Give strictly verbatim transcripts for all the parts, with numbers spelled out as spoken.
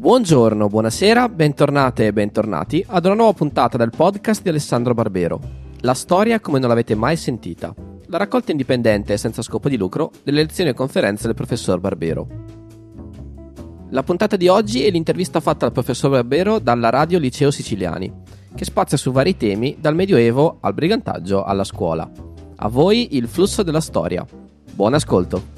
Buongiorno, buonasera, bentornate e bentornati ad una nuova puntata del podcast di Alessandro Barbero. La storia come non l'avete mai sentita. La raccolta indipendente e senza scopo di lucro delle lezioni e conferenze del professor Barbero. La puntata di oggi è l'intervista fatta al professor Barbero dalla radio Liceo Siciliani, che spazia su vari temi dal Medioevo al brigantaggio alla scuola. A voi il flusso della storia. Buon ascolto.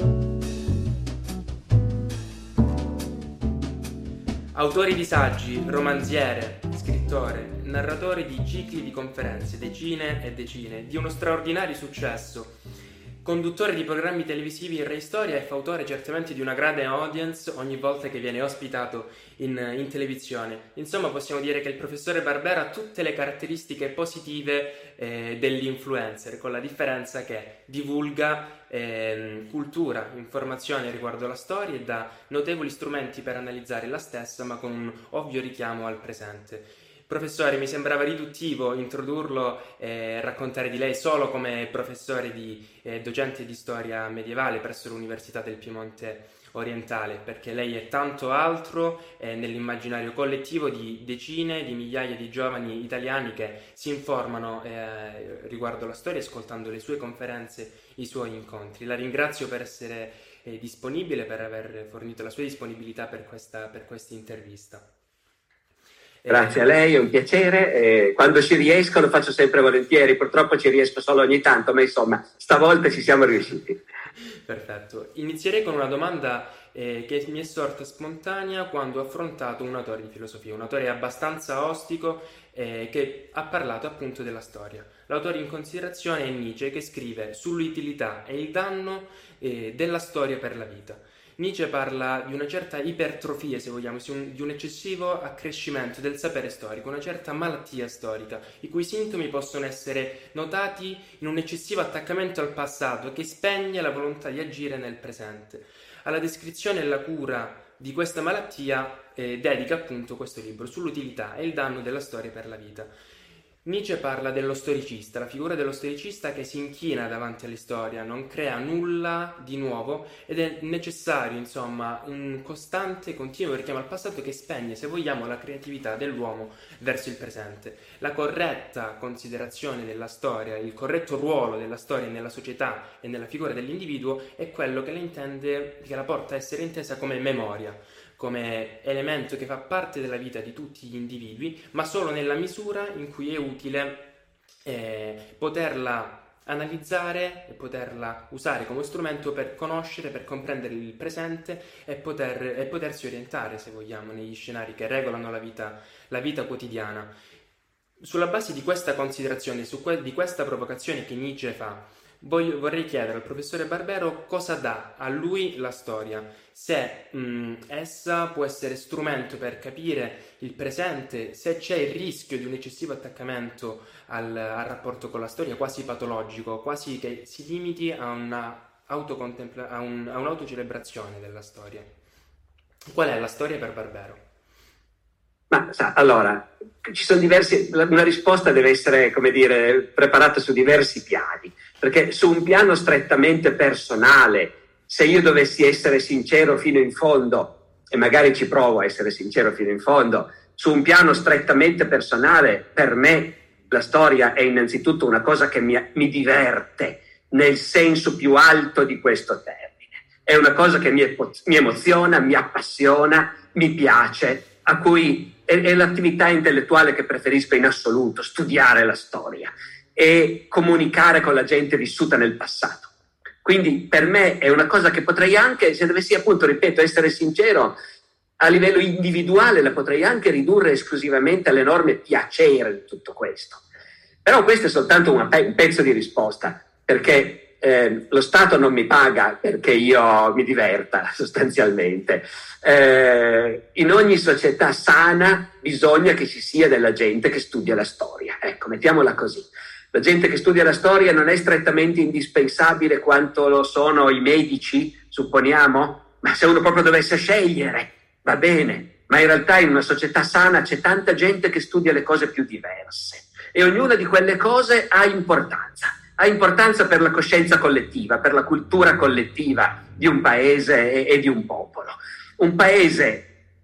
Autore di saggi, romanziere, scrittore, narratore di cicli di conferenze, decine e decine, di uno straordinario successo, conduttore di programmi televisivi in Rai Storia e fautore certamente di una grande audience ogni volta che viene ospitato in, in televisione. Insomma, possiamo dire che il professore Barbero ha tutte le caratteristiche positive eh, dell'influencer, con la differenza che divulga eh, cultura, informazione riguardo la storia e dà notevoli strumenti per analizzare la stessa, ma con un ovvio richiamo al presente. Professore, mi sembrava riduttivo introdurlo e raccontare di lei solo come professore di eh, docente di storia medievale presso l'Università del Piemonte Orientale, perché lei è tanto altro eh, nell'immaginario collettivo di decine di migliaia di giovani italiani che si informano eh, riguardo la storia ascoltando le sue conferenze, i suoi incontri. La ringrazio per essere eh, disponibile, per aver fornito la sua disponibilità per questa, per questa intervista. Grazie a lei, è un piacere. Eh, quando ci riesco lo faccio sempre volentieri, purtroppo ci riesco solo ogni tanto, ma insomma, stavolta ci siamo riusciti. Perfetto. Inizierei con una domanda eh, che mi è sorta spontanea quando ho affrontato un autore di filosofia, un autore abbastanza ostico eh, che ha parlato appunto della storia. L'autore in considerazione è Nietzsche, che scrive sull'utilità e il danno eh, della storia per la vita. Nietzsche parla di una certa ipertrofia, se vogliamo, di un eccessivo accrescimento del sapere storico, una certa malattia storica, i cui sintomi possono essere notati in un eccessivo attaccamento al passato che spegne la volontà di agire nel presente. Alla descrizione e alla cura di questa malattia eh, dedica appunto questo libro, sull'utilità e il danno della storia per la vita. Nietzsche parla dello storicista, la figura dello storicista che si inchina davanti all'istoria, non crea nulla di nuovo ed è necessario, insomma, un costante, continuo richiamo al passato che spegne, se vogliamo, la creatività dell'uomo verso il presente. La corretta considerazione della storia, il corretto ruolo della storia nella società e nella figura dell'individuo è quello che la intende, che la porta a essere intesa come memoria, come elemento che fa parte della vita di tutti gli individui, ma solo nella misura in cui è utile eh, poterla analizzare e poterla usare come strumento per conoscere, per comprendere il presente e, poter, e potersi orientare, se vogliamo, negli scenari che regolano la vita, la vita quotidiana. Sulla base di questa considerazione, su que- di questa provocazione che Nietzsche fa, Voglio, vorrei chiedere al professore Barbero cosa dà a lui la storia, se mh, essa può essere strumento per capire il presente, se c'è il rischio di un eccessivo attaccamento al, al rapporto con la storia, quasi patologico, quasi che si limiti a, una autocontempla- a, un, a un'autocelebrazione della storia. Qual è la storia per Barbero? Ma sa, allora, ci sono diversi, una risposta deve essere, come dire, preparata su diversi piani, perché su un piano strettamente personale, se io dovessi essere sincero fino in fondo, e magari ci provo a essere sincero fino in fondo, su un piano strettamente personale, per me la storia è innanzitutto una cosa che mi, mi diverte, nel senso più alto di questo termine. È una cosa che mi, mi emoziona, mi appassiona, mi piace, a cui è, è l'attività intellettuale che preferisco in assoluto, studiare la storia e comunicare con la gente vissuta nel passato. Quindi per me è una cosa che potrei anche, se dovessi appunto, ripeto, essere sincero, a livello individuale la potrei anche ridurre esclusivamente all'enorme piacere di tutto questo. Però questo è soltanto una pe- un pezzo di risposta, perché Eh, lo Stato non mi paga perché io mi diverta, sostanzialmente. Eh, in ogni società sana bisogna che ci sia della gente che studia la storia. Ecco, mettiamola così. La gente che studia la storia non è strettamente indispensabile quanto lo sono i medici, supponiamo, ma se uno proprio dovesse scegliere, va bene. Ma in realtà in una società sana c'è tanta gente che studia le cose più diverse e ognuna di quelle cose ha importanza. Ha importanza per la coscienza collettiva, per la cultura collettiva di un paese e, e di un popolo. Un paese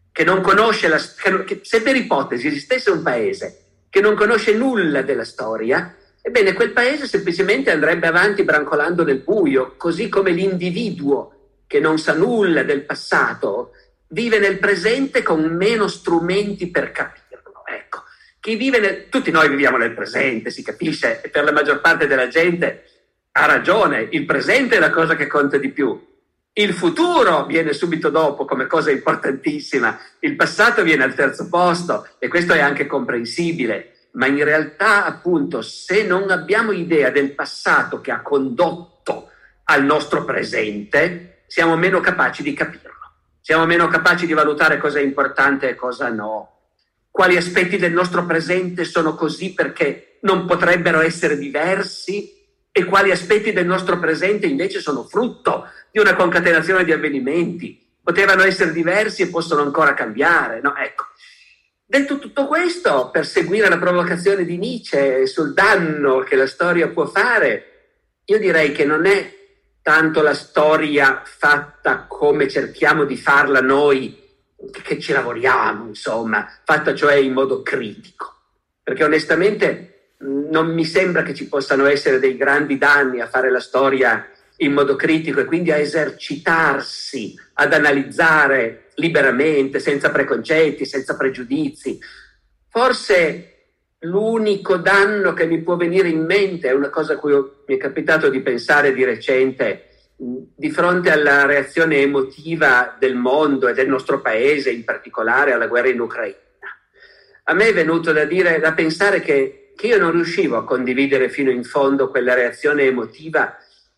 che non conosce la, che, se per ipotesi esistesse un paese che non conosce nulla della storia, ebbene quel paese semplicemente andrebbe avanti brancolando nel buio, così come l'individuo che non sa nulla del passato vive nel presente con meno strumenti per capirlo. Ecco, chi vive nel, tutti noi viviamo nel presente, si capisce, e per la maggior parte della gente ha ragione, il presente è la cosa che conta di più. Il futuro viene subito dopo come cosa importantissima, il passato viene al terzo posto, e questo è anche comprensibile, ma in realtà appunto se non abbiamo idea del passato che ha condotto al nostro presente, siamo meno capaci di capirlo, siamo meno capaci di valutare cosa è importante e cosa no, quali aspetti del nostro presente sono così perché non potrebbero essere diversi e quali aspetti del nostro presente invece sono frutto di una concatenazione di avvenimenti, potevano essere diversi e possono ancora cambiare, no? Ecco. Detto tutto questo, per seguire la provocazione di Nietzsche sul danno che la storia può fare, io direi che non è tanto la storia fatta come cerchiamo di farla noi, che ci lavoriamo, insomma, fatta cioè in modo critico, perché onestamente non mi sembra che ci possano essere dei grandi danni a fare la storia in modo critico e quindi a esercitarsi, ad analizzare liberamente, senza preconcetti, senza pregiudizi. Forse l'unico danno che mi può venire in mente è una cosa a cui mi è capitato di pensare di recente, di fronte alla reazione emotiva del mondo e del nostro paese, in particolare alla guerra in Ucraina. A me è venuto da dire, da pensare che, che io non riuscivo a condividere fino in fondo quella reazione emotiva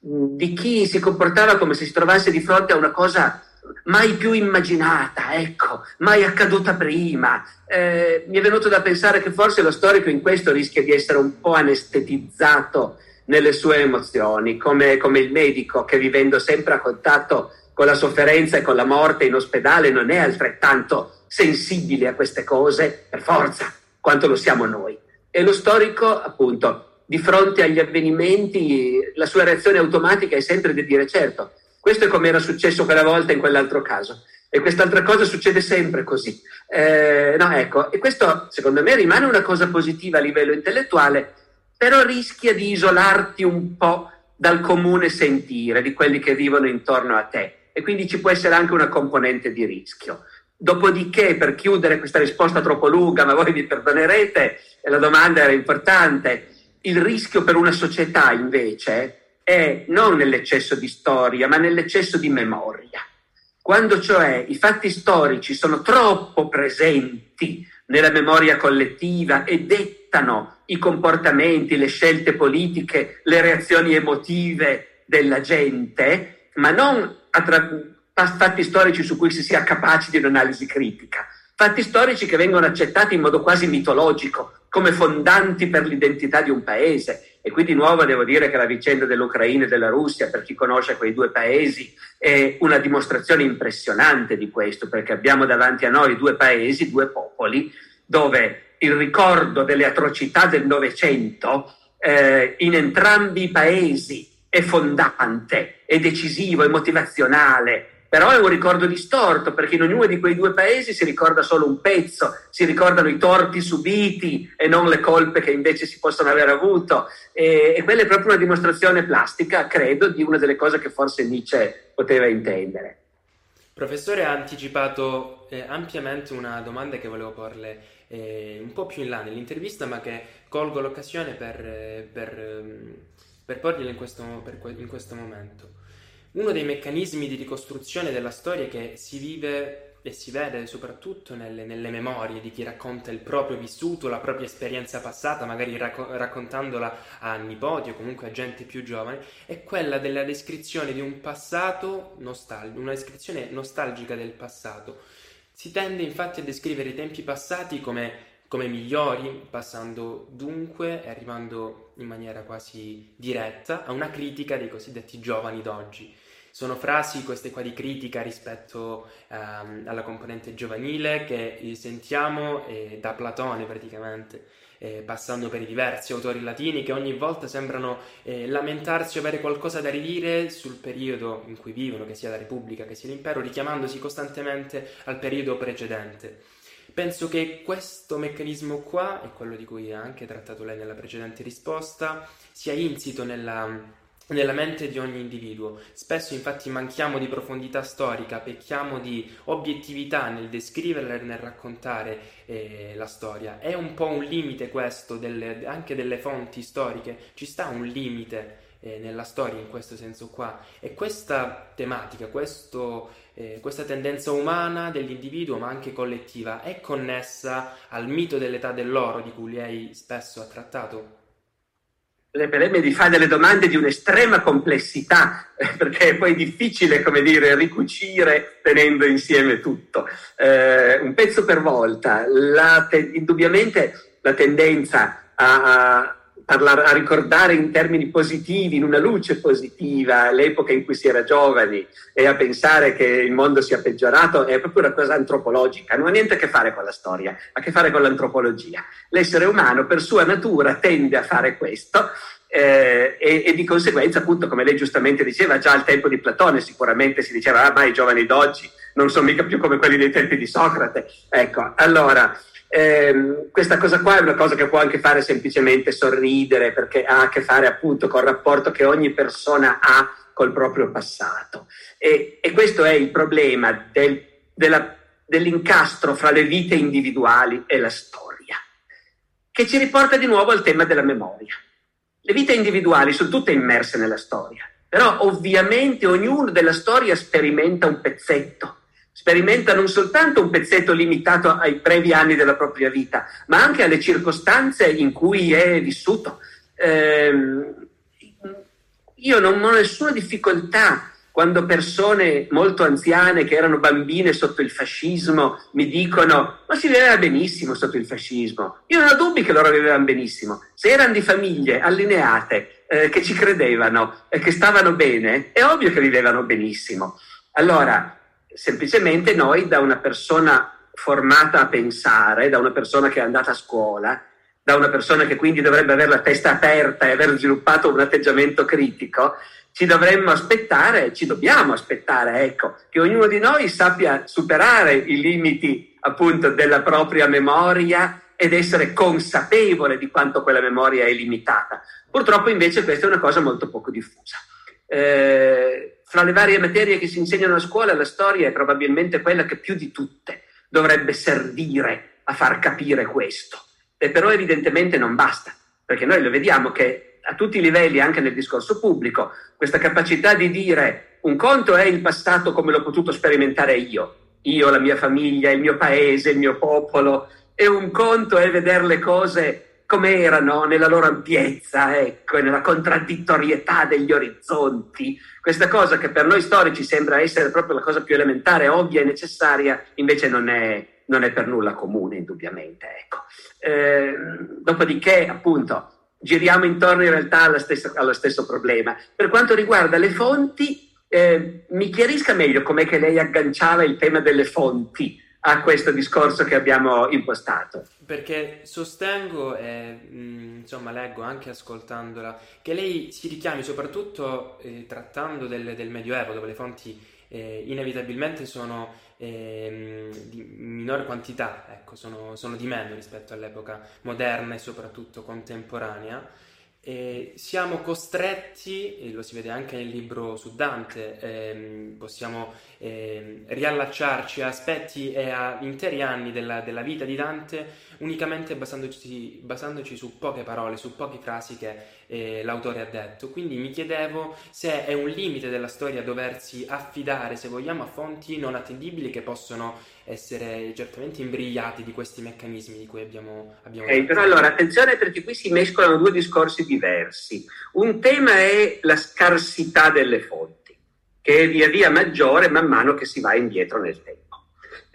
di chi si comportava come se si trovasse di fronte a una cosa mai più immaginata, ecco, mai accaduta prima. Eh, mi è venuto da pensare che forse lo storico in questo rischia di essere un po' anestetizzato nelle sue emozioni, come, come il medico che, vivendo sempre a contatto con la sofferenza e con la morte in ospedale, non è altrettanto sensibile a queste cose, per forza, quanto lo siamo noi. E lo storico, appunto, di fronte agli avvenimenti, la sua reazione automatica è sempre di dire: certo, questo è come era successo quella volta in quell'altro caso, e quest'altra cosa succede sempre così. Eh, no, ecco, e questo secondo me rimane una cosa positiva a livello intellettuale, però rischia di isolarti un po' dal comune sentire di quelli che vivono intorno a te, e quindi ci può essere anche una componente di rischio. Dopodiché, per chiudere questa risposta troppo lunga, ma voi mi perdonerete, la domanda era importante, il rischio per una società invece è non nell'eccesso di storia, ma nell'eccesso di memoria. Quando cioè i fatti storici sono troppo presenti nella memoria collettiva e dettano i comportamenti, le scelte politiche, le reazioni emotive della gente, ma non attraverso fatti storici su cui si sia capaci di un'analisi critica, fatti storici che vengono accettati in modo quasi mitologico, come fondanti per l'identità di un paese. E qui di nuovo devo dire che la vicenda dell'Ucraina e della Russia, per chi conosce quei due paesi, è una dimostrazione impressionante di questo, perché abbiamo davanti a noi due paesi, due popoli, dove il ricordo delle atrocità del Novecento eh, in entrambi i paesi è fondante, è decisivo, è motivazionale. Però è un ricordo distorto, perché in ognuno di quei due paesi si ricorda solo un pezzo, si ricordano i torti subiti e non le colpe che invece si possono aver avuto. E, e quella è proprio una dimostrazione plastica, credo, di una delle cose che forse Nietzsche poteva intendere. Professore, ha anticipato eh, ampiamente una domanda che volevo porle eh, un po' più in là nell'intervista, ma che colgo l'occasione per, eh, per, per porgliela in questo, per, in questo momento. Uno dei meccanismi di ricostruzione della storia che si vive e si vede soprattutto nelle, nelle memorie di chi racconta il proprio vissuto, la propria esperienza passata, magari racco- raccontandola a nipoti o comunque a gente più giovane, è quella della descrizione di un passato nostalgico, una descrizione nostalgica del passato. Si tende infatti a descrivere i tempi passati come, come migliori, passando dunque e arrivando in maniera quasi diretta a una critica dei cosiddetti giovani d'oggi. Sono frasi, queste qua, di critica rispetto um, alla componente giovanile che sentiamo eh, da Platone praticamente, eh, passando per i diversi autori latini che ogni volta sembrano eh, lamentarsi o avere qualcosa da ridire sul periodo in cui vivono, che sia la Repubblica che sia l'impero, richiamandosi costantemente al periodo precedente. Penso che questo meccanismo qua, e quello di cui ha anche trattato lei nella precedente risposta, sia insito nella... nella mente di ogni individuo. Spesso infatti manchiamo di profondità storica, pecchiamo di obiettività nel descriverla e nel raccontare eh, la storia. È un po' un limite questo delle, anche delle fonti storiche, ci sta un limite eh, nella storia in questo senso qua, e questa tematica, questo, eh, questa tendenza umana dell'individuo ma anche collettiva è connessa al mito dell'età dell'oro di cui lei spesso ha trattato? Per lei mi fa delle domande di un'estrema complessità, perché è poi difficile, come dire, ricucire tenendo insieme tutto. Eh, un pezzo per volta. La te- indubbiamente la tendenza a, a, parlare, a ricordare in termini positivi, in una luce positiva, l'epoca in cui si era giovani e a pensare che il mondo sia peggiorato è proprio una cosa antropologica, non ha niente a che fare con la storia, ha a che fare con l'antropologia. L'essere umano per sua natura tende a fare questo eh, e, e di conseguenza, appunto, come lei giustamente diceva, già al tempo di Platone sicuramente si diceva ah ma i giovani d'oggi non sono mica più come quelli dei tempi di Socrate. Ecco, allora ehm, questa cosa qua è una cosa che può anche fare semplicemente sorridere, perché ha a che fare appunto col rapporto che ogni persona ha col proprio passato. E, e questo è il problema del, della, dell'incastro fra le vite individuali e la storia, che ci riporta di nuovo al tema della memoria. Le vite individuali sono tutte immerse nella storia, però ovviamente ognuno della storia sperimenta un pezzetto, sperimenta non soltanto un pezzetto limitato ai brevi anni della propria vita, ma anche alle circostanze in cui è vissuto. Ehm, io non ho nessuna difficoltà quando persone molto anziane che erano bambine sotto il fascismo mi dicono ma si viveva benissimo sotto il fascismo. Io non ho dubbi che loro vivevano benissimo. Se erano di famiglie allineate, eh, che ci credevano e che stavano bene, è ovvio che vivevano benissimo. Allora, semplicemente noi, da una persona formata a pensare, da una persona che è andata a scuola, da una persona che quindi dovrebbe avere la testa aperta e aver sviluppato un atteggiamento critico, ci dovremmo aspettare, ci dobbiamo aspettare, ecco, che ognuno di noi sappia superare i limiti appunto della propria memoria ed essere consapevole di quanto quella memoria è limitata. Purtroppo invece questa è una cosa molto poco diffusa. Eh, fra le varie materie che si insegnano a scuola, la storia è probabilmente quella che più di tutte dovrebbe servire a far capire questo. E però evidentemente non basta, perché noi lo vediamo che a tutti i livelli, anche nel discorso pubblico, questa capacità di dire un conto è il passato come l'ho potuto sperimentare io, io, la mia famiglia, il mio paese, il mio popolo, e un conto è vedere le cose come erano nella loro ampiezza, ecco, e nella contraddittorietà degli orizzonti. Questa cosa che per noi storici sembra essere proprio la cosa più elementare, ovvia e necessaria, invece non è, non è per nulla comune, indubbiamente, ecco. Eh, dopodiché, appunto, giriamo intorno in realtà alla stessa, allo stesso problema. Per quanto riguarda le fonti, eh, mi chiarisca meglio com'è che lei agganciava il tema delle fonti a questo discorso che abbiamo impostato. Perché sostengo e mh, insomma leggo anche ascoltandola che lei si richiami soprattutto eh, trattando del, del Medioevo, dove le fonti eh, inevitabilmente sono eh, di minore quantità, ecco, sono, sono di meno rispetto all'epoca moderna e soprattutto contemporanea. E siamo costretti, e lo si vede anche nel libro su Dante, ehm, possiamo ehm, riallacciarci a aspetti e a interi anni della, della vita di Dante unicamente basandoci, basandoci su poche parole, su poche frasi che eh, l'autore ha detto. Quindi mi chiedevo se è un limite della storia doversi affidare, se vogliamo, a fonti non attendibili che possono essere certamente imbrigliati di questi meccanismi di cui abbiamo, abbiamo okay, detto. Però allora attenzione, perché qui si mescolano due discorsi diversi. Un tema è la scarsità delle fonti, che è via via maggiore man mano che si va indietro nel tempo.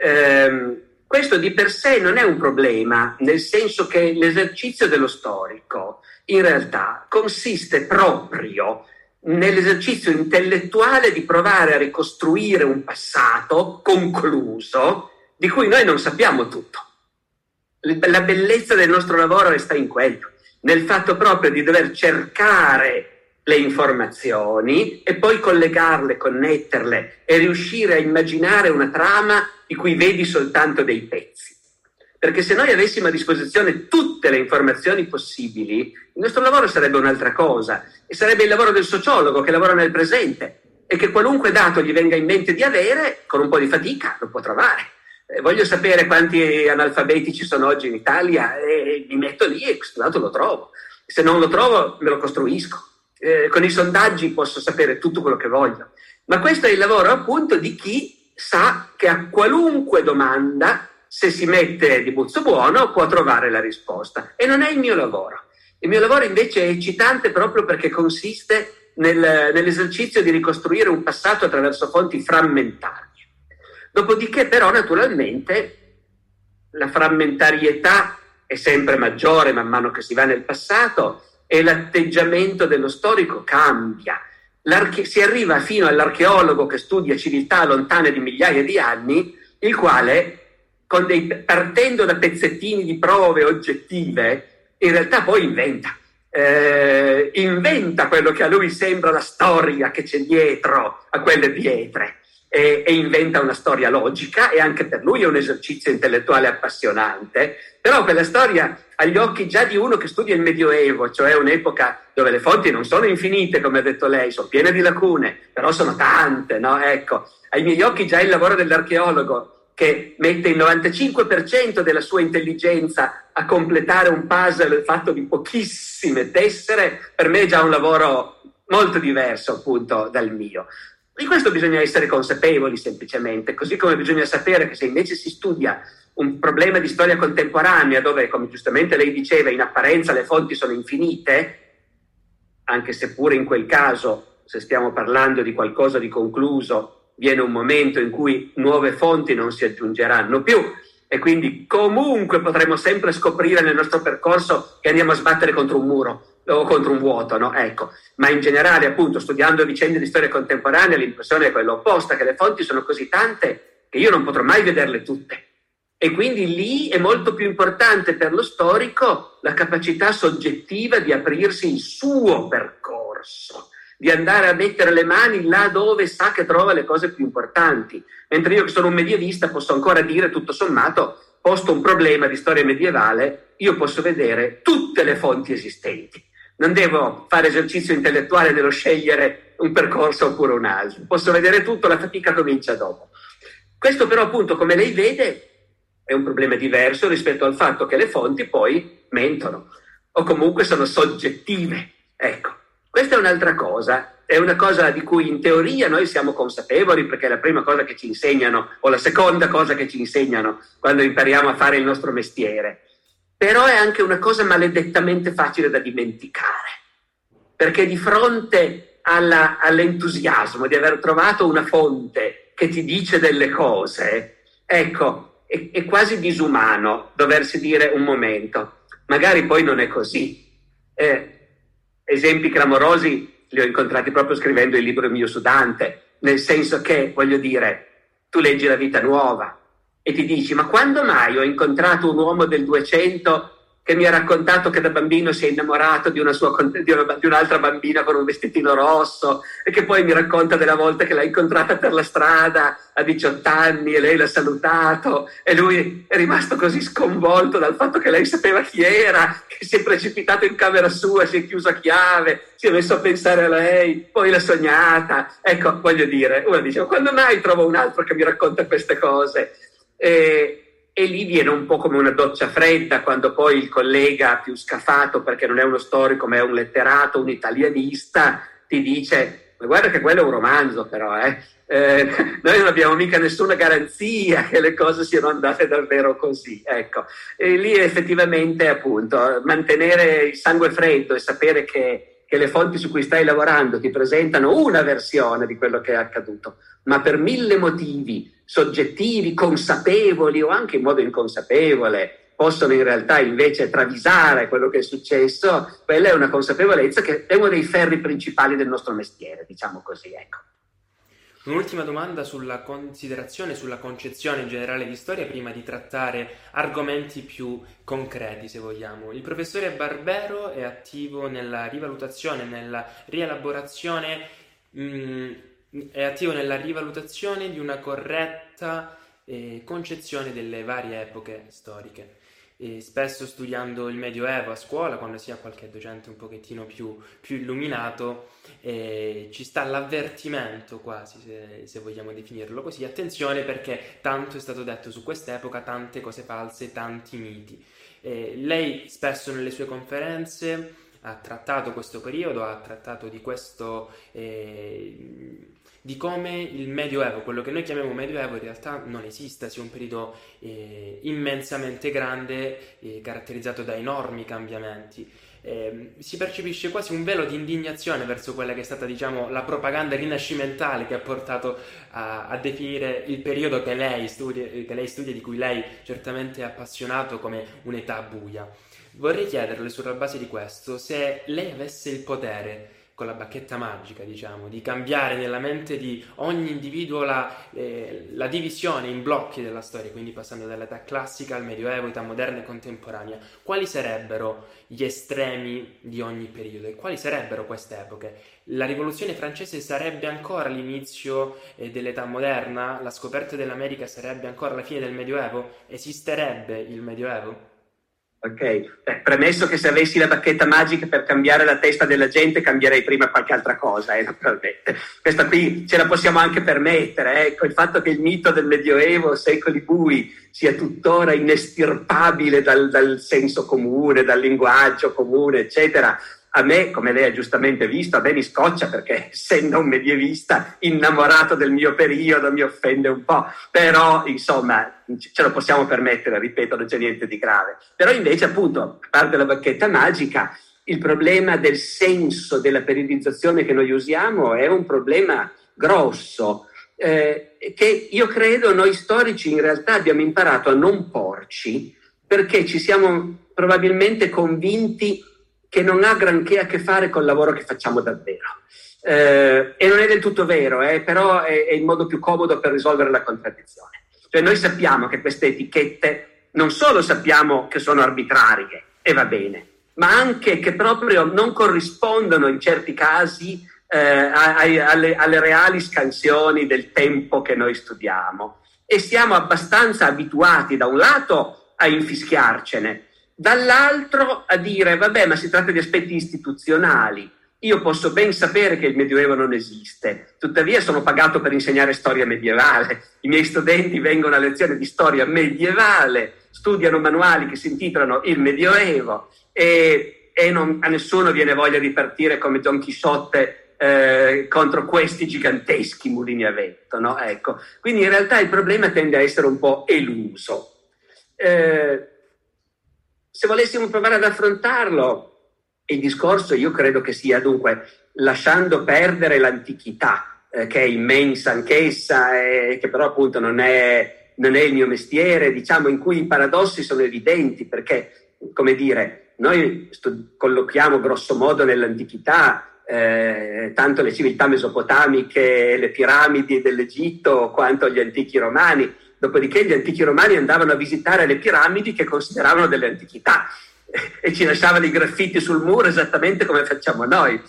Ehm, questo di per sé non è un problema, nel senso che l'esercizio dello storico in realtà consiste proprio nell'esercizio intellettuale di provare a ricostruire un passato concluso di cui noi non sappiamo tutto. La bellezza del nostro lavoro sta in quello, nel fatto proprio di dover cercare le informazioni e poi collegarle, connetterle e riuscire a immaginare una trama di cui vedi soltanto dei pezzi. Perché se noi avessimo a disposizione tutte le informazioni possibili, il nostro lavoro sarebbe un'altra cosa, e sarebbe il lavoro del sociologo che lavora nel presente e che qualunque dato gli venga in mente di avere, con un po' di fatica, lo può trovare. Eh, voglio sapere quanti analfabeti ci sono oggi in Italia e mi metto lì e questo dato lo trovo. Se non lo trovo, me lo costruisco. Eh, con i sondaggi posso sapere tutto quello che voglio. Ma questo è il lavoro appunto di chi sa che a qualunque domanda, se si mette di buzzo buono, può trovare la risposta. E non è il mio lavoro. Il mio lavoro invece è eccitante proprio perché consiste nel, nell'esercizio di ricostruire un passato attraverso fonti frammentarie. Dopodiché però naturalmente la frammentarietà è sempre maggiore man mano che si va nel passato e l'atteggiamento dello storico cambia. L'arche- si arriva fino all'archeologo che studia civiltà lontane di migliaia di anni, il quale, con dei, partendo da pezzettini di prove oggettive, in realtà poi inventa. Eh, inventa quello che a lui sembra la storia che c'è dietro a quelle pietre. E, e inventa una storia logica e anche per lui è un esercizio intellettuale appassionante, però quella storia agli occhi già di uno che studia il Medioevo, cioè un'epoca dove le fonti non sono infinite, come ha detto lei, sono piene di lacune, però sono tante, no? Ecco, ai miei occhi già il lavoro dell'archeologo che mette il novantacinque per cento della sua intelligenza a completare un puzzle fatto di pochissime tessere, per me è già un lavoro molto diverso appunto dal mio. Di questo bisogna essere consapevoli semplicemente, così come bisogna sapere che se invece si studia un problema di storia contemporanea dove, come giustamente lei diceva, in apparenza le fonti sono infinite, anche se pure in quel caso, se stiamo parlando di qualcosa di concluso, viene un momento in cui nuove fonti non si aggiungeranno più e quindi comunque potremo sempre scoprire nel nostro percorso che andiamo a sbattere contro un muro o contro un vuoto, no? Ecco. Ma in generale, appunto, studiando vicende di storia contemporanea, l'impressione è quella opposta, che le fonti sono così tante che io non potrò mai vederle tutte. E quindi lì è molto più importante per lo storico la capacità soggettiva di aprirsi il suo percorso, di andare a mettere le mani là dove sa che trova le cose più importanti. Mentre io che sono un medievista posso ancora dire, tutto sommato, posto un problema di storia medievale, io posso vedere tutte le fonti esistenti. Non devo fare esercizio intellettuale nello scegliere un percorso oppure un altro. Posso vedere tutto, la fatica comincia dopo. Questo però, appunto, come lei vede, è un problema diverso rispetto al fatto che le fonti poi mentono o comunque sono soggettive. Ecco, questa è un'altra cosa. È una cosa di cui in teoria noi siamo consapevoli perché è la prima cosa che ci insegnano o la seconda cosa che ci insegnano quando impariamo a fare il nostro mestiere. Però è anche una cosa maledettamente facile da dimenticare, perché di fronte alla, all'entusiasmo di aver trovato una fonte che ti dice delle cose, ecco, è, è quasi disumano doversi dire un momento, magari poi non è così. Eh, esempi clamorosi li ho incontrati proprio scrivendo il libro mio su Dante, nel senso che, voglio dire, tu leggi La Vita Nuova e ti dici, ma quando mai ho incontrato un uomo del duecento che mi ha raccontato che da bambino si è innamorato di, una sua, di, una, di un'altra bambina con un vestitino rosso e che poi mi racconta della volta che l'ha incontrata per la strada a diciotto anni e lei l'ha salutato e lui è rimasto così sconvolto dal fatto che lei sapeva chi era, che si è precipitato in camera sua, si è chiuso a chiave, si è messo a pensare a lei, poi l'ha sognata. Ecco, voglio dire, uno dice, ma quando mai trovo un altro che mi racconta queste cose? E, e lì viene un po' come una doccia fredda quando poi il collega più scafato, perché non è uno storico ma è un letterato, un italianista, ti dice, ma guarda che quello è un romanzo però, eh? Eh, noi non abbiamo mica nessuna garanzia che le cose siano andate davvero così, ecco. E lì effettivamente, appunto, mantenere il sangue freddo e sapere che, che le fonti su cui stai lavorando ti presentano una versione di quello che è accaduto, ma per mille motivi soggettivi, consapevoli o anche in modo inconsapevole possono in realtà invece travisare quello che è successo, quella è una consapevolezza che è uno dei ferri principali del nostro mestiere, diciamo così, ecco. Un'ultima domanda sulla considerazione, sulla concezione in generale di storia, prima di trattare argomenti più concreti, se vogliamo. Il professore Barbero è attivo nella rivalutazione, nella rielaborazione, mh, è attivo nella rivalutazione di una corretta eh, concezione delle varie epoche storiche. E spesso studiando il Medioevo a scuola, quando si ha qualche docente un pochettino più, più illuminato, eh, ci sta l'avvertimento quasi, se, se vogliamo definirlo così, attenzione perché tanto è stato detto su quest'epoca, tante cose false, tanti miti. Eh, lei spesso nelle sue conferenze ha trattato questo periodo, ha trattato di questo... Eh, di come il Medioevo, quello che noi chiamiamo Medioevo, in realtà non esista, sia un periodo eh, immensamente grande, eh, caratterizzato da enormi cambiamenti. Eh, si percepisce quasi un velo di indignazione verso quella che è stata, diciamo, la propaganda rinascimentale che ha portato a, a definire il periodo che lei studia, che lei studia, di cui lei certamente è appassionato, come un'età buia. Vorrei chiederle, sulla base di questo, se lei avesse il potere, con la bacchetta magica, diciamo, di cambiare nella mente di ogni individuo la, eh, la divisione in blocchi della storia, quindi passando dall'età classica al Medioevo, età moderna e contemporanea, quali sarebbero gli estremi di ogni periodo e quali sarebbero queste epoche? La rivoluzione francese sarebbe ancora l'inizio eh, dell'età moderna? La scoperta dell'America sarebbe ancora la fine del Medioevo? Esisterebbe il Medioevo? Ok, eh, premesso che se avessi la bacchetta magica per cambiare la testa della gente, cambierei prima qualche altra cosa, eh, naturalmente. Questa qui ce la possiamo anche permettere, ecco, il fatto che il mito del Medioevo, secoli bui, sia tuttora inestirpabile dal, dal senso comune, dal linguaggio comune, eccetera. A me, come lei ha giustamente visto, a me mi scoccia perché, essendo un medievista innamorato del mio periodo, mi offende un po'. Però, insomma, ce lo possiamo permettere, ripeto, non c'è niente di grave. Però invece, appunto, a parte la bacchetta magica, il problema del senso della periodizzazione che noi usiamo è un problema grosso, eh, che io credo noi storici in realtà abbiamo imparato a non porci, perché ci siamo probabilmente convinti che non ha granché a che fare col lavoro che facciamo davvero. Eh, e non è del tutto vero, eh, però è, è il modo più comodo per risolvere la contraddizione. Cioè noi sappiamo che queste etichette non solo sappiamo che sono arbitrarie, e va bene, ma anche che proprio non corrispondono in certi casi eh, a, a, alle, alle reali scansioni del tempo che noi studiamo. E siamo abbastanza abituati, da un lato, a infischiarcene, dall'altro a dire, vabbè, ma si tratta di aspetti istituzionali. Io posso ben sapere che il Medioevo non esiste, tuttavia sono pagato per insegnare storia medievale. I miei studenti vengono a lezione di storia medievale, studiano manuali che si intitolano Il Medioevo e, e non, a nessuno viene voglia di partire come Don Chisciotte eh, contro questi giganteschi mulini a vento, no? Ecco. Quindi in realtà il problema tende a essere un po' eluso. Eh, Se volessimo provare ad affrontarlo, il discorso io credo che sia dunque lasciando perdere l'antichità, eh, che è immensa anch'essa, e che però appunto non è, non è il mio mestiere, diciamo, in cui i paradossi sono evidenti, perché, come dire, noi stu- collochiamo grosso modo nell'antichità eh, tanto le civiltà mesopotamiche, le piramidi dell'Egitto, quanto gli antichi romani. Dopodiché gli antichi romani andavano a visitare le piramidi che consideravano delle antichità e ci lasciavano i graffiti sul muro esattamente come facciamo noi.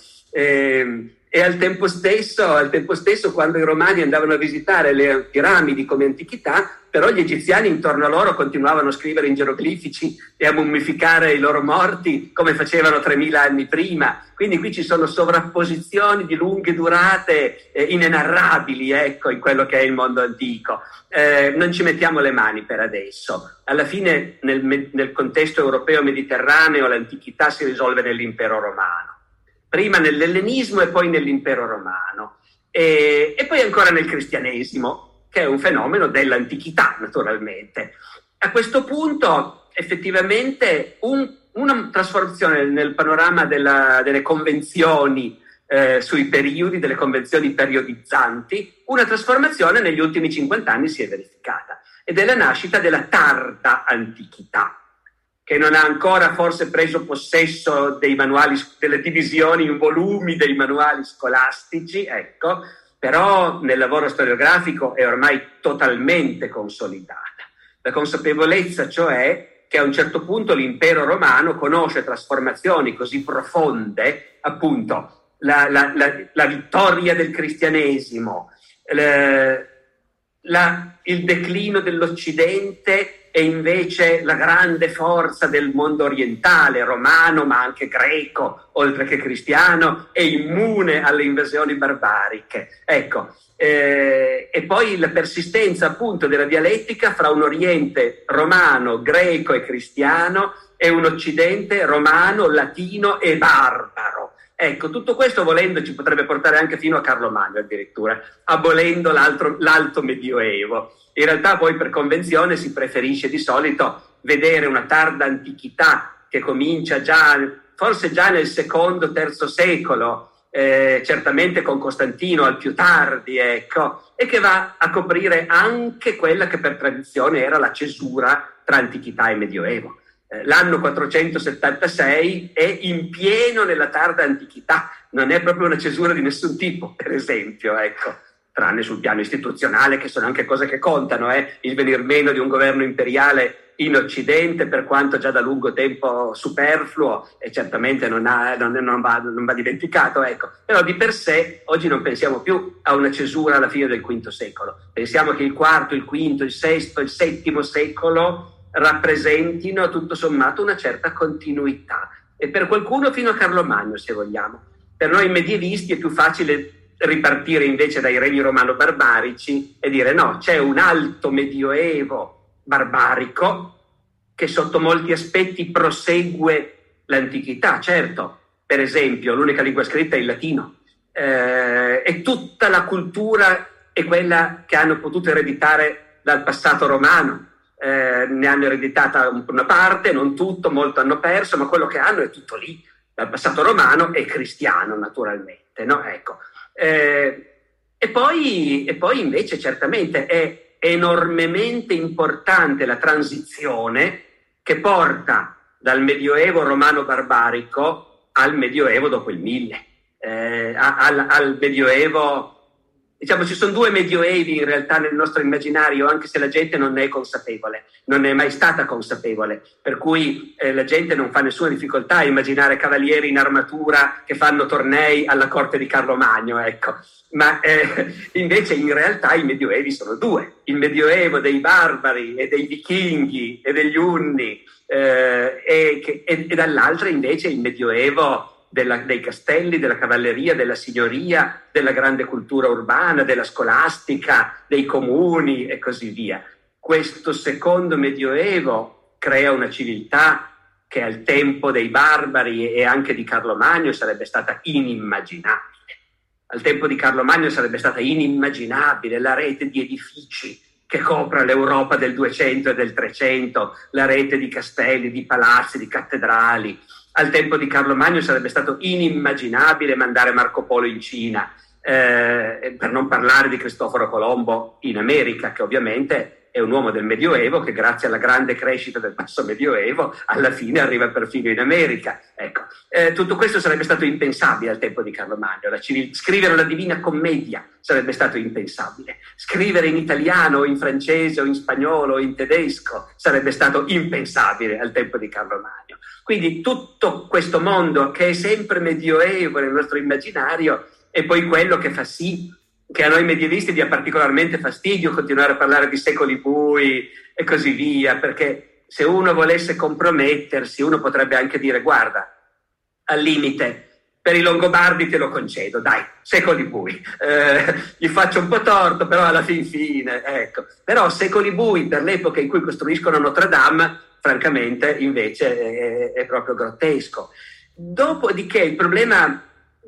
E, e al tempo stesso, al tempo stesso, quando i romani andavano a visitare le piramidi come antichità, però gli egiziani intorno a loro continuavano a scrivere in geroglifici e a mummificare i loro morti come facevano tremila anni prima. Quindi qui ci sono sovrapposizioni di lunghe durate eh, inenarrabili, ecco, in quello che è il mondo antico. Eh, non ci mettiamo le mani per adesso. Alla fine nel, nel contesto europeo mediterraneo l'antichità si risolve nell'impero romano. Prima nell'ellenismo e poi nell'impero romano. E, e poi ancora nel cristianesimo, che è un fenomeno dell'antichità, naturalmente. A questo punto, effettivamente, un, una trasformazione nel panorama della, delle convenzioni eh, sui periodi, delle convenzioni periodizzanti, una trasformazione negli ultimi cinquanta anni si è verificata, ed è la nascita della tarda antichità, che non ha ancora forse preso possesso dei manuali, delle divisioni in volumi dei manuali scolastici, ecco, però nel lavoro storiografico è ormai totalmente consolidata. La consapevolezza, cioè, che a un certo punto l'impero romano conosce trasformazioni così profonde, appunto, la, la, la, la vittoria del cristianesimo, la, la, il declino dell'Occidente e invece la grande forza del mondo orientale, romano ma anche greco, oltre che cristiano, e immune alle invasioni barbariche. Ecco, eh, e poi la persistenza appunto della dialettica fra un Oriente romano, greco e cristiano e un Occidente romano, latino e barbaro. Ecco, tutto questo volendo ci potrebbe portare anche fino a Carlo Magno addirittura, abolendo l'alto medioevo. In realtà poi per convenzione si preferisce di solito vedere una tarda antichità che comincia già, forse già nel secondo, terzo secolo, eh, certamente con Costantino al più tardi, ecco, e che va a coprire anche quella che per tradizione era la cesura tra antichità e medioevo. L'anno quattrocentosettantasei è in pieno nella tarda antichità, non è proprio una cesura di nessun tipo, per esempio, ecco, tranne sul piano istituzionale, che sono anche cose che contano, eh? Il venir meno di un governo imperiale in Occidente, per quanto già da lungo tempo superfluo, e certamente non, ha, non, non, va, non va dimenticato, ecco. Però di per sé oggi non pensiamo più a una cesura alla fine del quinto secolo, pensiamo che il quarto, il quinto, il sesto, il settimo secolo rappresentino tutto sommato una certa continuità, e per qualcuno fino a Carlo Magno, se vogliamo. Per noi medievisti è più facile ripartire invece dai regni romano-barbarici e dire no, c'è un alto medioevo barbarico che sotto molti aspetti prosegue l'antichità. Certo, per esempio l'unica lingua scritta è il latino, eh, e tutta la cultura è quella che hanno potuto ereditare dal passato romano. Eh, ne hanno ereditata una parte, non tutto, molto hanno perso, ma quello che hanno è tutto lì, dal passato romano e cristiano naturalmente, no? Ecco. Eh, e, poi, e poi invece certamente è enormemente importante la transizione che porta dal medioevo romano barbarico al medioevo dopo il mille, eh, al, al medioevo. Diciamo, ci sono due medioevi in realtà nel nostro immaginario, anche se la gente non ne è consapevole, non è mai stata consapevole, per cui eh, la gente non fa nessuna difficoltà a immaginare cavalieri in armatura che fanno tornei alla corte di Carlo Magno, ecco. Ma eh, invece in realtà i medioevi sono due, il medioevo dei barbari e dei vichinghi e degli unni, eh, e, che, e, e dall'altra invece il medioevo Della, dei castelli, della cavalleria, della signoria, della grande cultura urbana, della scolastica, dei comuni e così via. Questo secondo medioevo crea una civiltà che al tempo dei barbari e anche di Carlo Magno sarebbe stata inimmaginabile. Al tempo di Carlo Magno sarebbe stata inimmaginabile la rete di edifici che copra l'Europa del duecento e del trecento, la rete di castelli, di palazzi, di cattedrali. Al tempo di Carlo Magno sarebbe stato inimmaginabile mandare Marco Polo in Cina, eh, per non parlare di Cristoforo Colombo in America, che ovviamente è un uomo del Medioevo che grazie alla grande crescita del basso Medioevo alla fine arriva perfino in America. Ecco, eh, tutto questo sarebbe stato impensabile al tempo di Carlo Magno. La civil- scrivere la Divina Commedia sarebbe stato impensabile. Scrivere in italiano o in francese o in spagnolo o in tedesco sarebbe stato impensabile al tempo di Carlo Magno. Quindi tutto questo mondo che è sempre medioevo nel nostro immaginario è poi quello che fa sì che a noi medievisti dia particolarmente fastidio continuare a parlare di secoli bui e così via, perché se uno volesse compromettersi uno potrebbe anche dire guarda, al limite per i Longobardi te lo concedo, dai, secoli bui, eh, gli faccio un po' torto, però alla fin fine, ecco. Però secoli bui per l'epoca in cui costruiscono Notre Dame, francamente invece è, è proprio grottesco. Dopodiché il problema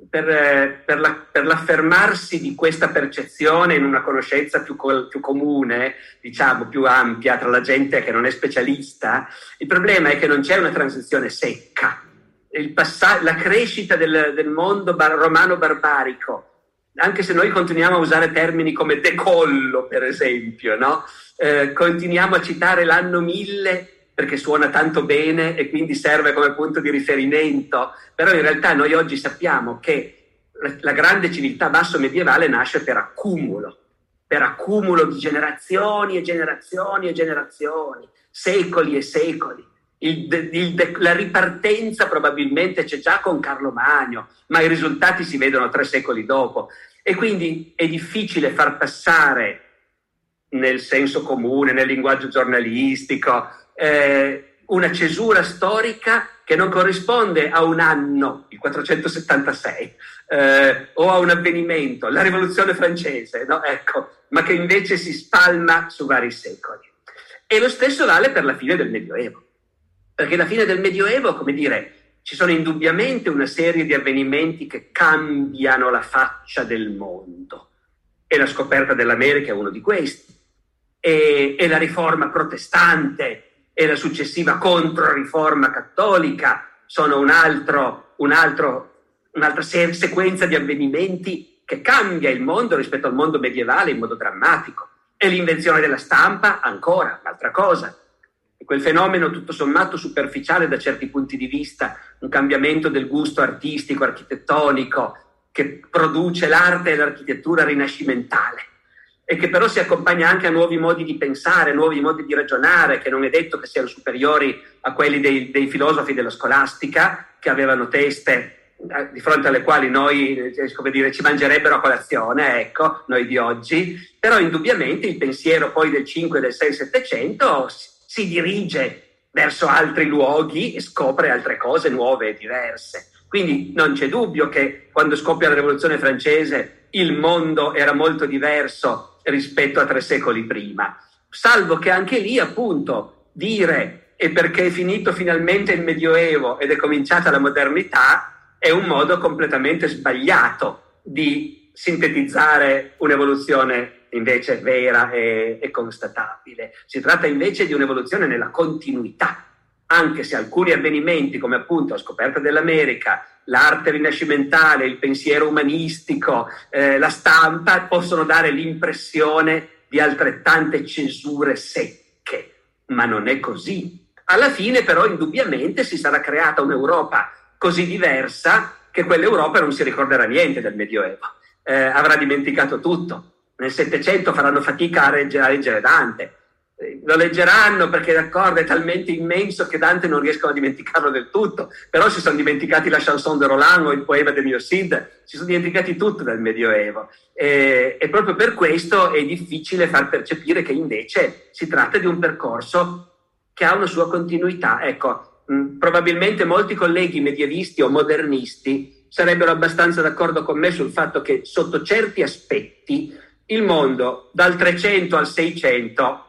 per, per, la, per l'affermarsi di questa percezione in una conoscenza più, col, più comune, diciamo più ampia tra la gente che non è specialista, il problema è che non c'è una transizione secca. Il passa- la crescita del, del mondo bar- romano barbarico, anche se noi continuiamo a usare termini come decollo per esempio, no? Eh, continuiamo a citare l'anno mille perché suona tanto bene e quindi serve come punto di riferimento, però in realtà noi oggi sappiamo che la, la grande civiltà basso medievale nasce per accumulo, per accumulo di generazioni e generazioni e generazioni, secoli e secoli. Il, il, la ripartenza probabilmente c'è già con Carlo Magno, ma i risultati si vedono tre secoli dopo. E quindi è difficile far passare nel senso comune, nel linguaggio giornalistico, eh, una cesura storica che non corrisponde a un anno, il quattrocentosettantasei, eh, o a un avvenimento, la Rivoluzione francese, no? Ecco, ma che invece si spalma su vari secoli. E lo stesso vale per la fine del Medioevo, perché la fine del Medioevo, come dire, ci sono indubbiamente una serie di avvenimenti che cambiano la faccia del mondo, e la scoperta dell'America è uno di questi, e, e la riforma protestante e la successiva controriforma cattolica sono un altro, un altro, un'altra se- sequenza di avvenimenti che cambia il mondo rispetto al mondo medievale in modo drammatico. E l'invenzione della stampa, ancora, un'altra cosa. E quel fenomeno tutto sommato superficiale da certi punti di vista, un cambiamento del gusto artistico, architettonico, che produce l'arte e l'architettura rinascimentale, e che però si accompagna anche a nuovi modi di pensare, nuovi modi di ragionare, che non è detto che siano superiori a quelli dei, dei filosofi della scolastica, che avevano teste di fronte alle quali noi, come dire, ci mangerebbero a colazione, ecco, noi di oggi. Però indubbiamente il pensiero poi del cinque, del sei, settecento si dirige verso altri luoghi e scopre altre cose nuove e diverse. Quindi non c'è dubbio che quando scoppia la Rivoluzione francese il mondo era molto diverso rispetto a tre secoli prima, salvo che anche lì, appunto, dire e perché è finito finalmente il Medioevo ed è cominciata la modernità è un modo completamente sbagliato di sintetizzare un'evoluzione invece vera e, e constatabile. Si tratta invece di un'evoluzione nella continuità, anche se alcuni avvenimenti, come appunto la scoperta dell'America, l'arte rinascimentale, il pensiero umanistico, eh, la stampa, possono dare l'impressione di altrettante cesure secche, ma non è così. Alla fine però indubbiamente si sarà creata un'Europa così diversa che quell'Europa non si ricorderà niente del Medioevo, eh, avrà dimenticato tutto. Nel Settecento faranno fatica a leggere, a leggere Dante. Lo leggeranno perché, d'accordo, è talmente immenso che Dante non riescono a dimenticarlo del tutto, però si sono dimenticati la chanson de Roland o il poema del mio Cid, si sono dimenticati tutto del Medioevo, e, e proprio per questo è difficile far percepire che invece si tratta di un percorso che ha una sua continuità. Ecco, mh, probabilmente molti colleghi medievisti o modernisti sarebbero abbastanza d'accordo con me sul fatto che sotto certi aspetti il mondo dal trecento al seicento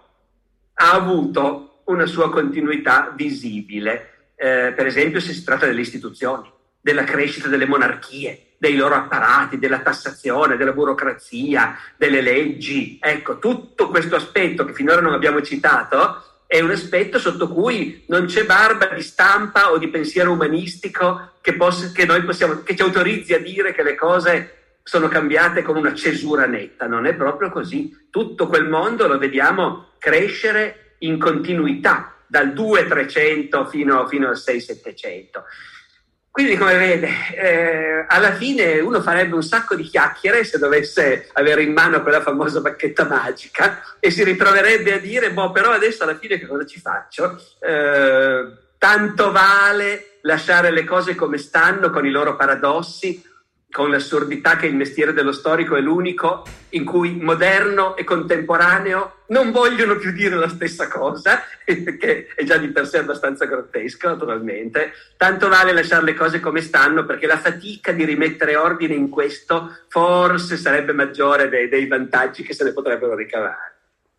ha avuto una sua continuità visibile, eh, per esempio se si tratta delle istituzioni, della crescita delle monarchie, dei loro apparati, della tassazione, della burocrazia, delle leggi. Ecco, tutto questo aspetto che finora non abbiamo citato è un aspetto sotto cui non c'è barba di stampa o di pensiero umanistico che, possa, che, noi possiamo, che ci autorizzi a dire che le cose sono cambiate con una cesura netta. Non è proprio così. Tutto quel mondo lo vediamo crescere in continuità dal due trecento fino, fino al sei settecento. Quindi, come vede, eh, alla fine uno farebbe un sacco di chiacchiere se dovesse avere in mano quella famosa bacchetta magica e si ritroverebbe a dire, boh, però adesso alla fine che cosa ci faccio? Eh, tanto vale lasciare le cose come stanno, con i loro paradossi, con l'assurdità che il mestiere dello storico è l'unico in cui moderno e contemporaneo non vogliono più dire la stessa cosa, che è già di per sé abbastanza grottesco, naturalmente. Tanto vale lasciare le cose come stanno, perché la fatica di rimettere ordine in questo forse sarebbe maggiore dei, dei vantaggi che se ne potrebbero ricavare.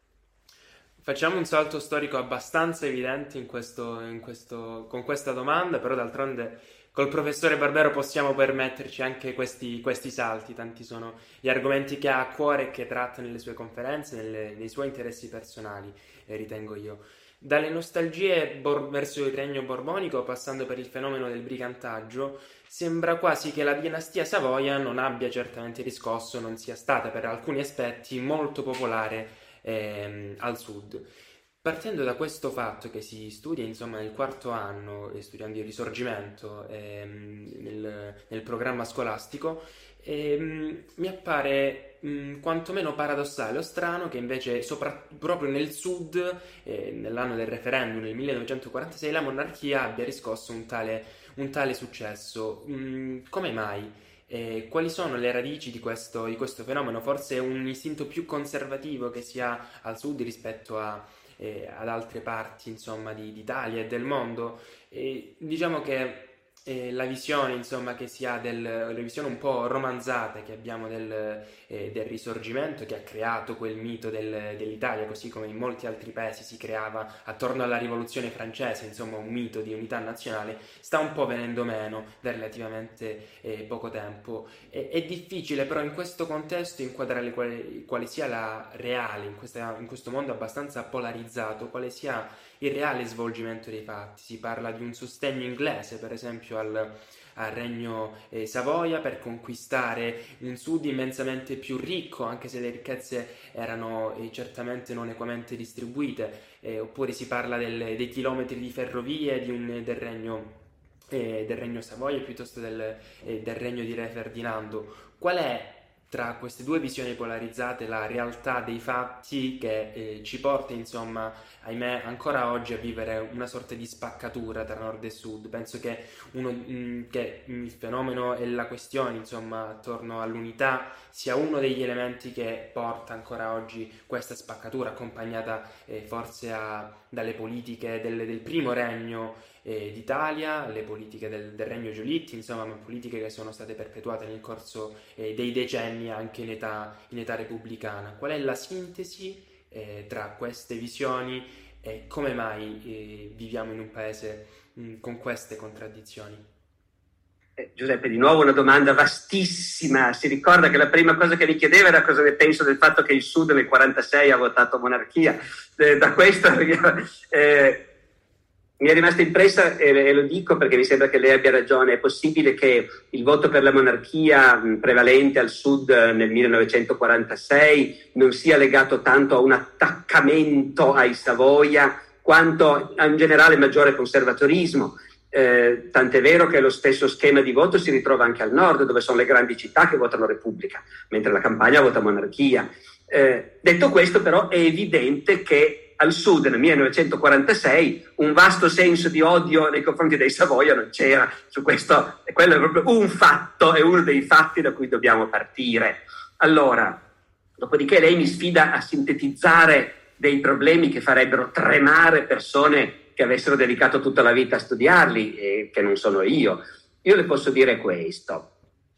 Facciamo un salto storico abbastanza evidente in questo, in questo, con questa domanda, però d'altronde col professore Barbero possiamo permetterci anche questi, questi salti, tanti sono gli argomenti che ha a cuore e che tratta nelle sue conferenze, nelle, nei suoi interessi personali, eh, ritengo io. Dalle nostalgie bor- verso il regno borbonico, passando per il fenomeno del brigantaggio, sembra quasi che la dinastia Savoia non abbia certamente riscosso, non sia stata per alcuni aspetti molto popolare ehm, al sud. Partendo da questo fatto che si studia insomma nel quarto anno, studiando il Risorgimento ehm, nel, nel programma scolastico, ehm, mi appare mh, quantomeno paradossale o strano che invece sopra, proprio nel sud, eh, nell'anno del referendum nel millenovecentoquarantasei, la monarchia abbia riscosso un tale, un tale successo. Mh, come mai? Eh, quali sono le radici di questo, di questo fenomeno? Forse un istinto più conservativo che si ha al sud rispetto a Eh, ad altre parti insomma di, d'Italia e del mondo. E diciamo che eh, la visione insomma che si ha del, la visione un po' romanzata che abbiamo del, eh, del Risorgimento, che ha creato quel mito del, dell'Italia, così come in molti altri paesi si creava attorno alla rivoluzione francese insomma un mito di unità nazionale, sta un po' venendo meno da relativamente eh, poco tempo. E, è difficile però in questo contesto inquadrare quale, quale sia la reale, in, questa, in questo mondo abbastanza polarizzato, quale sia il reale svolgimento dei fatti. Si parla di un sostegno inglese, per esempio, al, al regno eh, Savoia per conquistare un sud immensamente più ricco, anche se le ricchezze erano eh, certamente non equamente distribuite, eh, oppure si parla del, dei chilometri di ferrovie di un, del regno eh, del regno Savoia piuttosto del, eh, del regno di Re Ferdinando. Qual è tra queste due visioni polarizzate la realtà dei fatti che eh, ci porta insomma, ahimè, ancora oggi a vivere una sorta di spaccatura tra nord e sud? Penso che, uno, mh, che il fenomeno e la questione insomma attorno all'unità sia uno degli elementi che porta ancora oggi questa spaccatura, accompagnata eh, forse a, dalle politiche del, del primo regno Eh, d'Italia, le politiche del, del Regno Giolitti, insomma politiche che sono state perpetuate nel corso eh, dei decenni anche in età, in età repubblicana. Qual è la sintesi eh, tra queste visioni e come mai eh, viviamo in un paese mh, con queste contraddizioni? Eh, Giuseppe, di nuovo una domanda vastissima. Si ricorda che la prima cosa che mi chiedeva era cosa ne penso del fatto che il Sud nel quarantasei ha votato monarchia. Eh, da questo eh, mi è rimasta impressa, e lo dico perché mi sembra che lei abbia ragione, è possibile che il voto per la monarchia prevalente al Sud nel millenovecentoquarantasei non sia legato tanto a un attaccamento ai Savoia quanto a un generale maggiore conservatorismo. Eh, tant'è vero che lo stesso schema di voto si ritrova anche al nord, dove sono le grandi città che votano Repubblica, mentre la Campania vota monarchia. Eh, detto questo, però, è evidente che al sud nel millenovecentoquarantasei un vasto senso di odio nei confronti dei Savoia non c'era. Su questo, e quello è proprio un fatto, è uno dei fatti da cui dobbiamo partire. Allora, dopodiché lei mi sfida a sintetizzare dei problemi che farebbero tremare persone che avessero dedicato tutta la vita a studiarli e che non sono io. Io le posso dire questo.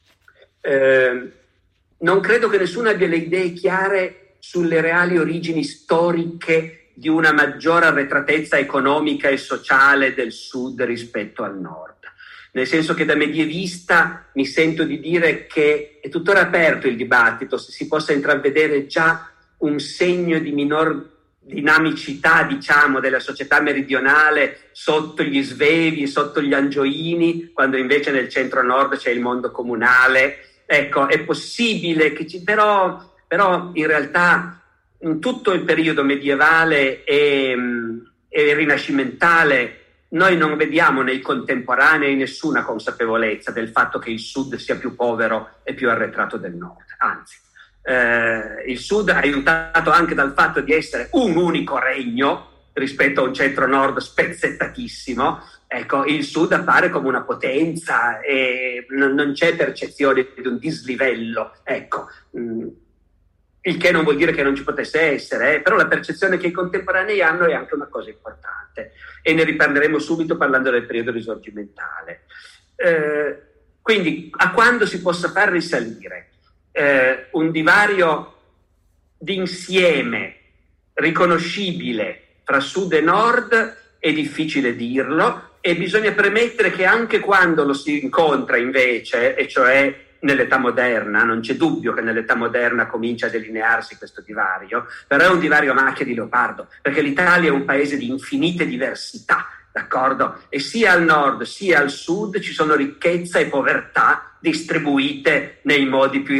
Eh, non credo che nessuno abbia le idee chiare sulle reali origini storiche di una maggiore arretratezza economica e sociale del sud rispetto al nord. Nel senso che da medievista mi sento di dire che è tuttora aperto il dibattito, se si possa intravedere già un segno di minor dinamicità, diciamo, della società meridionale sotto gli Svevi, sotto gli Angioini, quando invece nel centro-nord c'è il mondo comunale. Ecco, è possibile che ci... Però, però in realtà in tutto il periodo medievale e, e rinascimentale noi non vediamo nei contemporanei nessuna consapevolezza del fatto che il sud sia più povero e più arretrato del nord. Anzi, eh, il sud è aiutato anche dal fatto di essere un unico regno rispetto a un centro-nord spezzettatissimo. Ecco, il sud appare come una potenza e non, non c'è percezione di un dislivello. Ecco, mh, il che non vuol dire che non ci potesse essere, eh, però la percezione che i contemporanei hanno è anche una cosa importante e ne riparleremo subito parlando del periodo risorgimentale. Eh, quindi a quando si possa far risalire eh, un divario d'insieme riconoscibile fra sud e nord è difficile dirlo e bisogna premettere che anche quando lo si incontra invece, e cioè nell'età moderna, non c'è dubbio che nell'età moderna comincia a delinearsi questo divario, però è un divario a macchia di leopardo, perché l'Italia è un paese di infinite diversità, d'accordo? E sia al nord sia al sud ci sono ricchezza e povertà distribuite nei modi più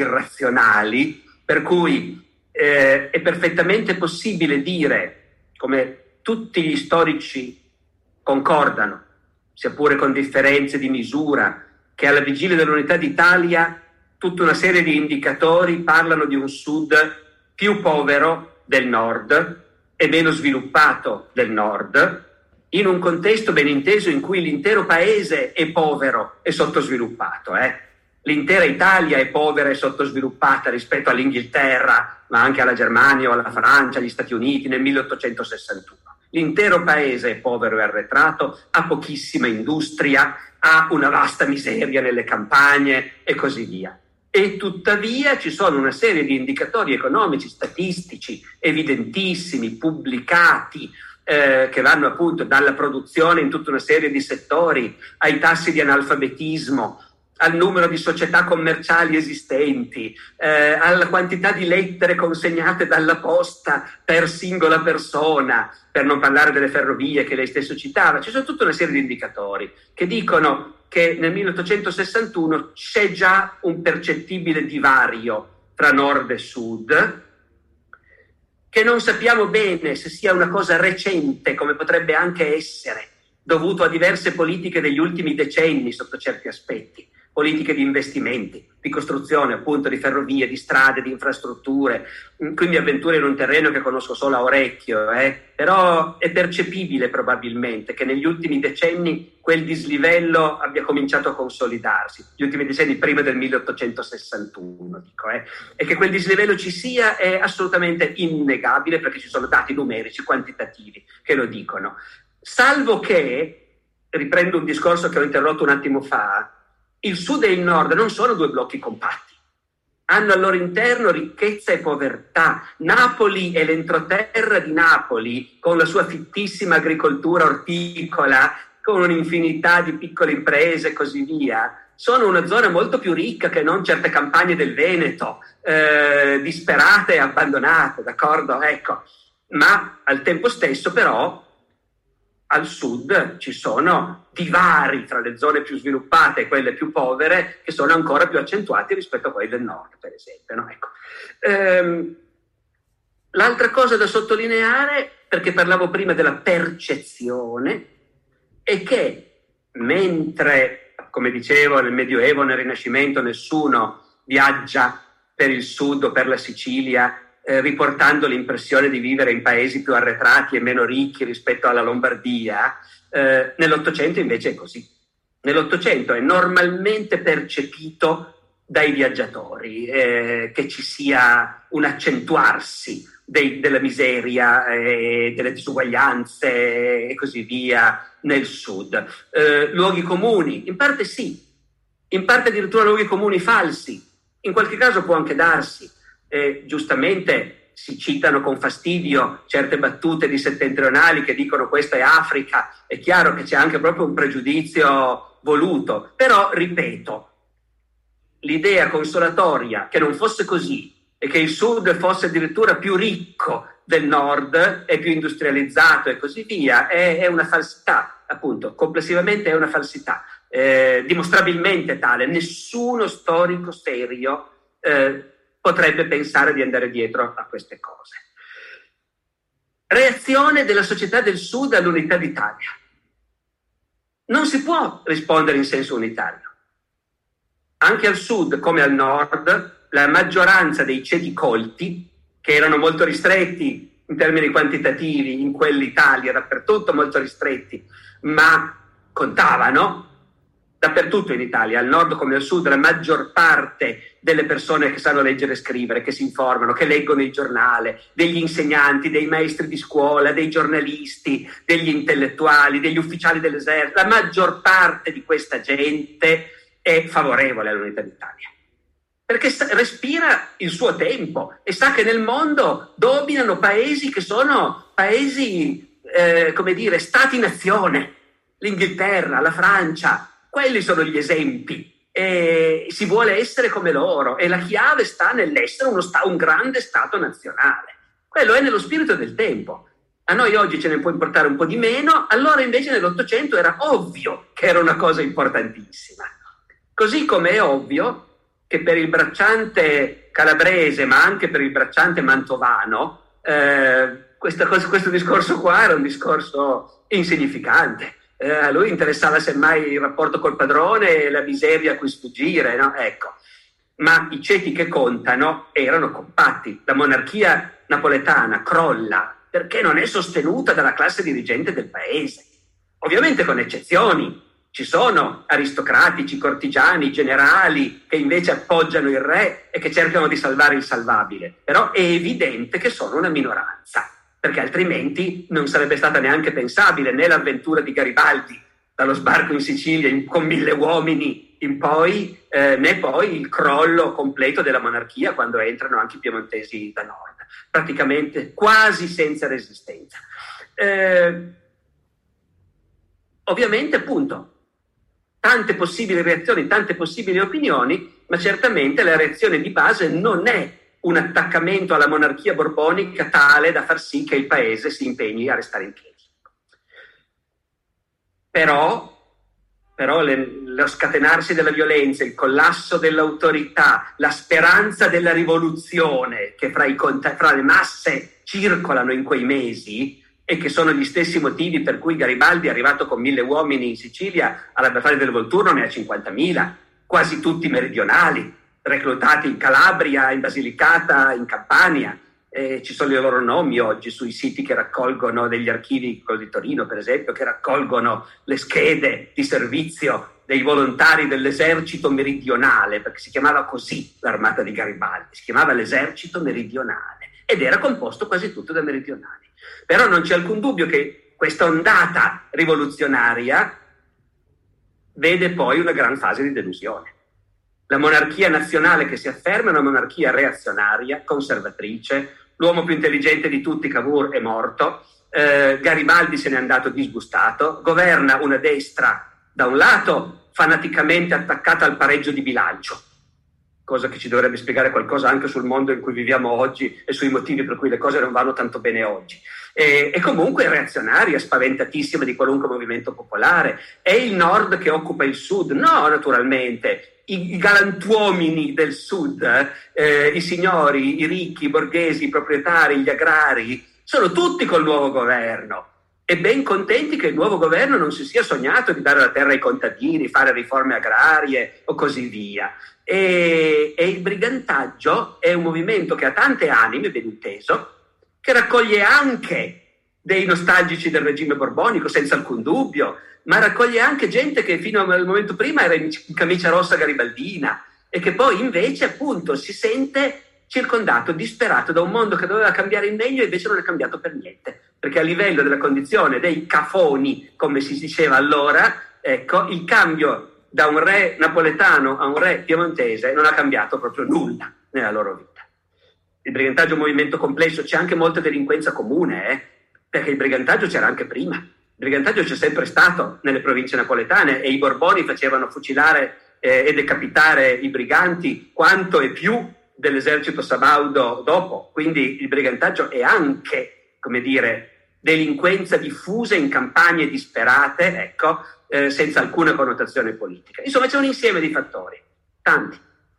irrazionali, per cui eh, è perfettamente possibile dire, come tutti gli storici concordano, sia pure con differenze di misura, che alla vigilia dell'unità d'Italia tutta una serie di indicatori parlano di un sud più povero del nord e meno sviluppato del nord, in un contesto ben inteso in cui l'intero paese è povero e sottosviluppato. Eh? L'intera Italia è povera e sottosviluppata rispetto all'Inghilterra, ma anche alla Germania o alla Francia, agli Stati Uniti nel milleottocentosessantuno. L'intero paese è povero e arretrato, ha pochissima industria, ha una vasta miseria nelle campagne e così via. E tuttavia ci sono una serie di indicatori economici, statistici, evidentissimi, pubblicati, eh, che vanno appunto dalla produzione in tutta una serie di settori, ai tassi di analfabetismo, al numero di società commerciali esistenti, eh, alla quantità di lettere consegnate dalla posta per singola persona, per non parlare delle ferrovie che lei stesso citava. Ci sono tutta una serie di indicatori che dicono che nel milleottocentosessantuno c'è già un percettibile divario tra nord e sud, che non sappiamo bene se sia una cosa recente, come potrebbe anche essere, dovuto a diverse politiche degli ultimi decenni sotto certi aspetti, politiche di investimenti, di costruzione appunto di ferrovie, di strade, di infrastrutture. Qui mi avventuro in un terreno che conosco solo a orecchio, eh? Però è percepibile probabilmente che negli ultimi decenni quel dislivello abbia cominciato a consolidarsi, gli ultimi decenni prima del milleottocentosessantuno, dico, eh? E che quel dislivello ci sia è assolutamente innegabile, perché ci sono dati numerici, quantitativi che lo dicono. Salvo che, riprendo un discorso che ho interrotto un attimo fa, il sud e il nord non sono due blocchi compatti, hanno al loro interno ricchezza e povertà. Napoli e l'entroterra di Napoli, con la sua fittissima agricoltura orticola, con un'infinità di piccole imprese e così via, sono una zona molto più ricca che non certe campagne del Veneto, eh, disperate e abbandonate, d'accordo? Ecco. Ma al tempo stesso però al sud ci sono divari tra le zone più sviluppate e quelle più povere, che sono ancora più accentuati rispetto a quelli del nord, per esempio. No? Ecco. Ehm, l'altra cosa da sottolineare, perché parlavo prima della percezione, è che mentre, come dicevo, nel Medioevo, nel Rinascimento, nessuno viaggia per il sud o per la Sicilia Eh, riportando l'impressione di vivere in paesi più arretrati e meno ricchi rispetto alla Lombardia, eh, nell'Ottocento invece è così. Nell'Ottocento è normalmente percepito dai viaggiatori eh, che ci sia un accentuarsi dei, della miseria, eh, delle disuguaglianze e così via nel sud. Eh, luoghi comuni, in parte sì, in parte addirittura luoghi comuni falsi, in qualche caso può anche darsi. Eh, giustamente si citano con fastidio certe battute di settentrionali che dicono questa è Africa. È chiaro che c'è anche proprio un pregiudizio voluto, però ripeto, l'idea consolatoria che non fosse così e che il sud fosse addirittura più ricco del nord e più industrializzato e così via è, è una falsità, appunto, complessivamente è una falsità, eh, dimostrabilmente tale. Nessuno storico serio eh, potrebbe pensare di andare dietro a queste cose. Reazione della società del Sud all'unità d'Italia. Non si può rispondere in senso unitario. Anche al Sud, come al Nord, la maggioranza dei ceti colti, che erano molto ristretti in termini quantitativi in quell'Italia, dappertutto molto ristretti, ma contavano, dappertutto in Italia, al nord come al sud, la maggior parte delle persone che sanno leggere e scrivere, che si informano, che leggono il giornale, degli insegnanti, dei maestri di scuola, dei giornalisti, degli intellettuali, degli ufficiali dell'esercito, la maggior parte di questa gente è favorevole all'unità d'Italia, perché respira il suo tempo e sa che nel mondo dominano paesi che sono paesi, eh, come dire, stati-nazione, l'Inghilterra, la Francia. Quelli sono gli esempi e si vuole essere come loro e la chiave sta nell'essere uno sta- un grande Stato nazionale. Quello è nello spirito del tempo. A noi oggi ce ne può importare un po' di meno, allora invece nell'Ottocento era ovvio che era una cosa importantissima. Così come è ovvio che per il bracciante calabrese, ma anche per il bracciante mantovano, eh, questa cosa, questo discorso qua era un discorso insignificante. Eh, a lui interessava semmai il rapporto col padrone e la miseria a cui sfuggire, no? Ecco. Ma i ceti che contano erano compatti. La monarchia napoletana crolla perché non è sostenuta dalla classe dirigente del paese. Ovviamente con eccezioni. Ci sono aristocratici, cortigiani, generali che invece appoggiano il re e che cercano di salvare il salvabile. Però è evidente che sono una minoranza, perché altrimenti non sarebbe stata neanche pensabile né l'avventura di Garibaldi dallo sbarco in Sicilia in, con mille uomini in poi, eh, né poi il crollo completo della monarchia quando entrano anche i piemontesi da nord, praticamente quasi senza resistenza. Eh, ovviamente, appunto, tante possibili reazioni, tante possibili opinioni, ma certamente la reazione di base non è un attaccamento alla monarchia borbonica tale da far sì che il paese si impegni a restare in piedi. Però, però le, lo scatenarsi della violenza, il collasso dell'autorità, la speranza della rivoluzione che fra, i, fra le masse circolano in quei mesi, e che sono gli stessi motivi per cui Garibaldi è arrivato con mille uomini in Sicilia alla battaglia del Volturno, ne ha cinquantamila, quasi tutti meridionali, reclutati in Calabria, in Basilicata, in Campania. Eh, ci sono i loro nomi oggi sui siti che raccolgono, degli archivi, quello di Torino per esempio, che raccolgono le schede di servizio dei volontari dell'esercito meridionale, perché si chiamava così l'armata di Garibaldi, si chiamava l'esercito meridionale ed era composto quasi tutto da meridionali. Però non c'è alcun dubbio che questa ondata rivoluzionaria vede poi una gran fase di delusione. La monarchia nazionale che si afferma è una monarchia reazionaria, conservatrice, l'uomo più intelligente di tutti, Cavour, è morto, eh, Garibaldi se n'è andato disgustato, governa una destra, da un lato, fanaticamente attaccata al pareggio di bilancio, cosa che ci dovrebbe spiegare qualcosa anche sul mondo in cui viviamo oggi e sui motivi per cui le cose non vanno tanto bene oggi. E, e comunque reazionaria, spaventatissima di qualunque movimento popolare. È il nord che occupa il sud? No, naturalmente. I, i galantuomini del sud, eh, i signori, i ricchi, i borghesi, i proprietari, gli agrari, sono tutti col nuovo governo. E ben contenti che il nuovo governo non si sia sognato di dare la terra ai contadini, fare riforme agrarie o così via. E, e il brigantaggio è un movimento che ha tante anime, ben inteso, che raccoglie anche dei nostalgici del regime borbonico, senza alcun dubbio, ma raccoglie anche gente che fino al momento prima era in camicia rossa garibaldina e che poi invece appunto si sente circondato, disperato da un mondo che doveva cambiare in meglio e invece non è cambiato per niente, perché a livello della condizione dei cafoni, come si diceva allora, ecco, il cambio da un re napoletano a un re piemontese non ha cambiato proprio nulla nella loro vita. Il brigantaggio è un movimento complesso, c'è anche molta delinquenza comune, eh? Perché il brigantaggio c'era anche prima. Il brigantaggio c'è sempre stato nelle province napoletane e i Borboni facevano fucilare eh, e decapitare i briganti quanto e più dell'esercito sabaudo dopo. Quindi il brigantaggio è anche, come dire, delinquenza diffusa in campagne disperate, ecco, eh, senza alcuna connotazione politica. Insomma, c'è un insieme di fattori, tanti.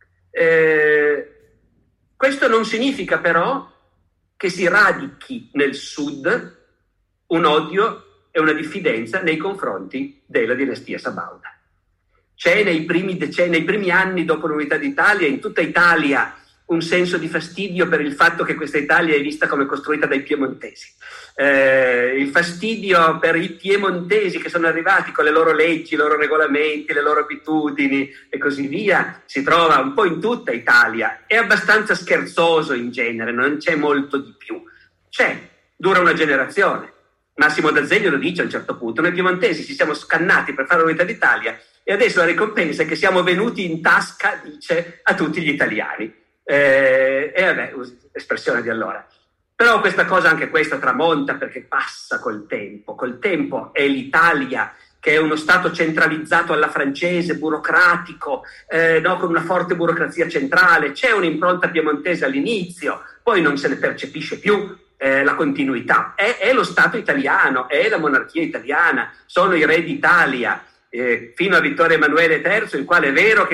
Eh, questo non significa però che si radichi nel sud un odio e una diffidenza nei confronti della dinastia sabauda. C'è nei primi decenni, nei primi anni dopo l'unità d'Italia, in tutta Italia, un senso di fastidio per il fatto che questa Italia è vista come costruita dai piemontesi. Eh, il fastidio per i piemontesi che sono arrivati con le loro leggi, i loro regolamenti, le loro abitudini e così via, si trova un po' in tutta Italia. È abbastanza scherzoso in genere, non c'è molto di più. C'è, dura una generazione. Massimo D'Azeglio lo dice a un certo punto: noi piemontesi ci siamo scannati per fare l'unità d'Italia e adesso la ricompensa è che siamo venuti in tasca, dice, a tutti gli italiani. Eh, e vabbè, espressione di allora. Però questa cosa, anche questa, tramonta perché passa col tempo. Col tempo è l'Italia che è uno stato centralizzato alla francese, burocratico, eh, no, con una forte burocrazia centrale. C'è un'impronta piemontese all'inizio, poi non se ne percepisce più eh, la continuità. È, è lo Stato italiano, è la monarchia italiana, sono i re d'Italia, eh, fino a Vittorio Emanuele terzo, il quale è vero che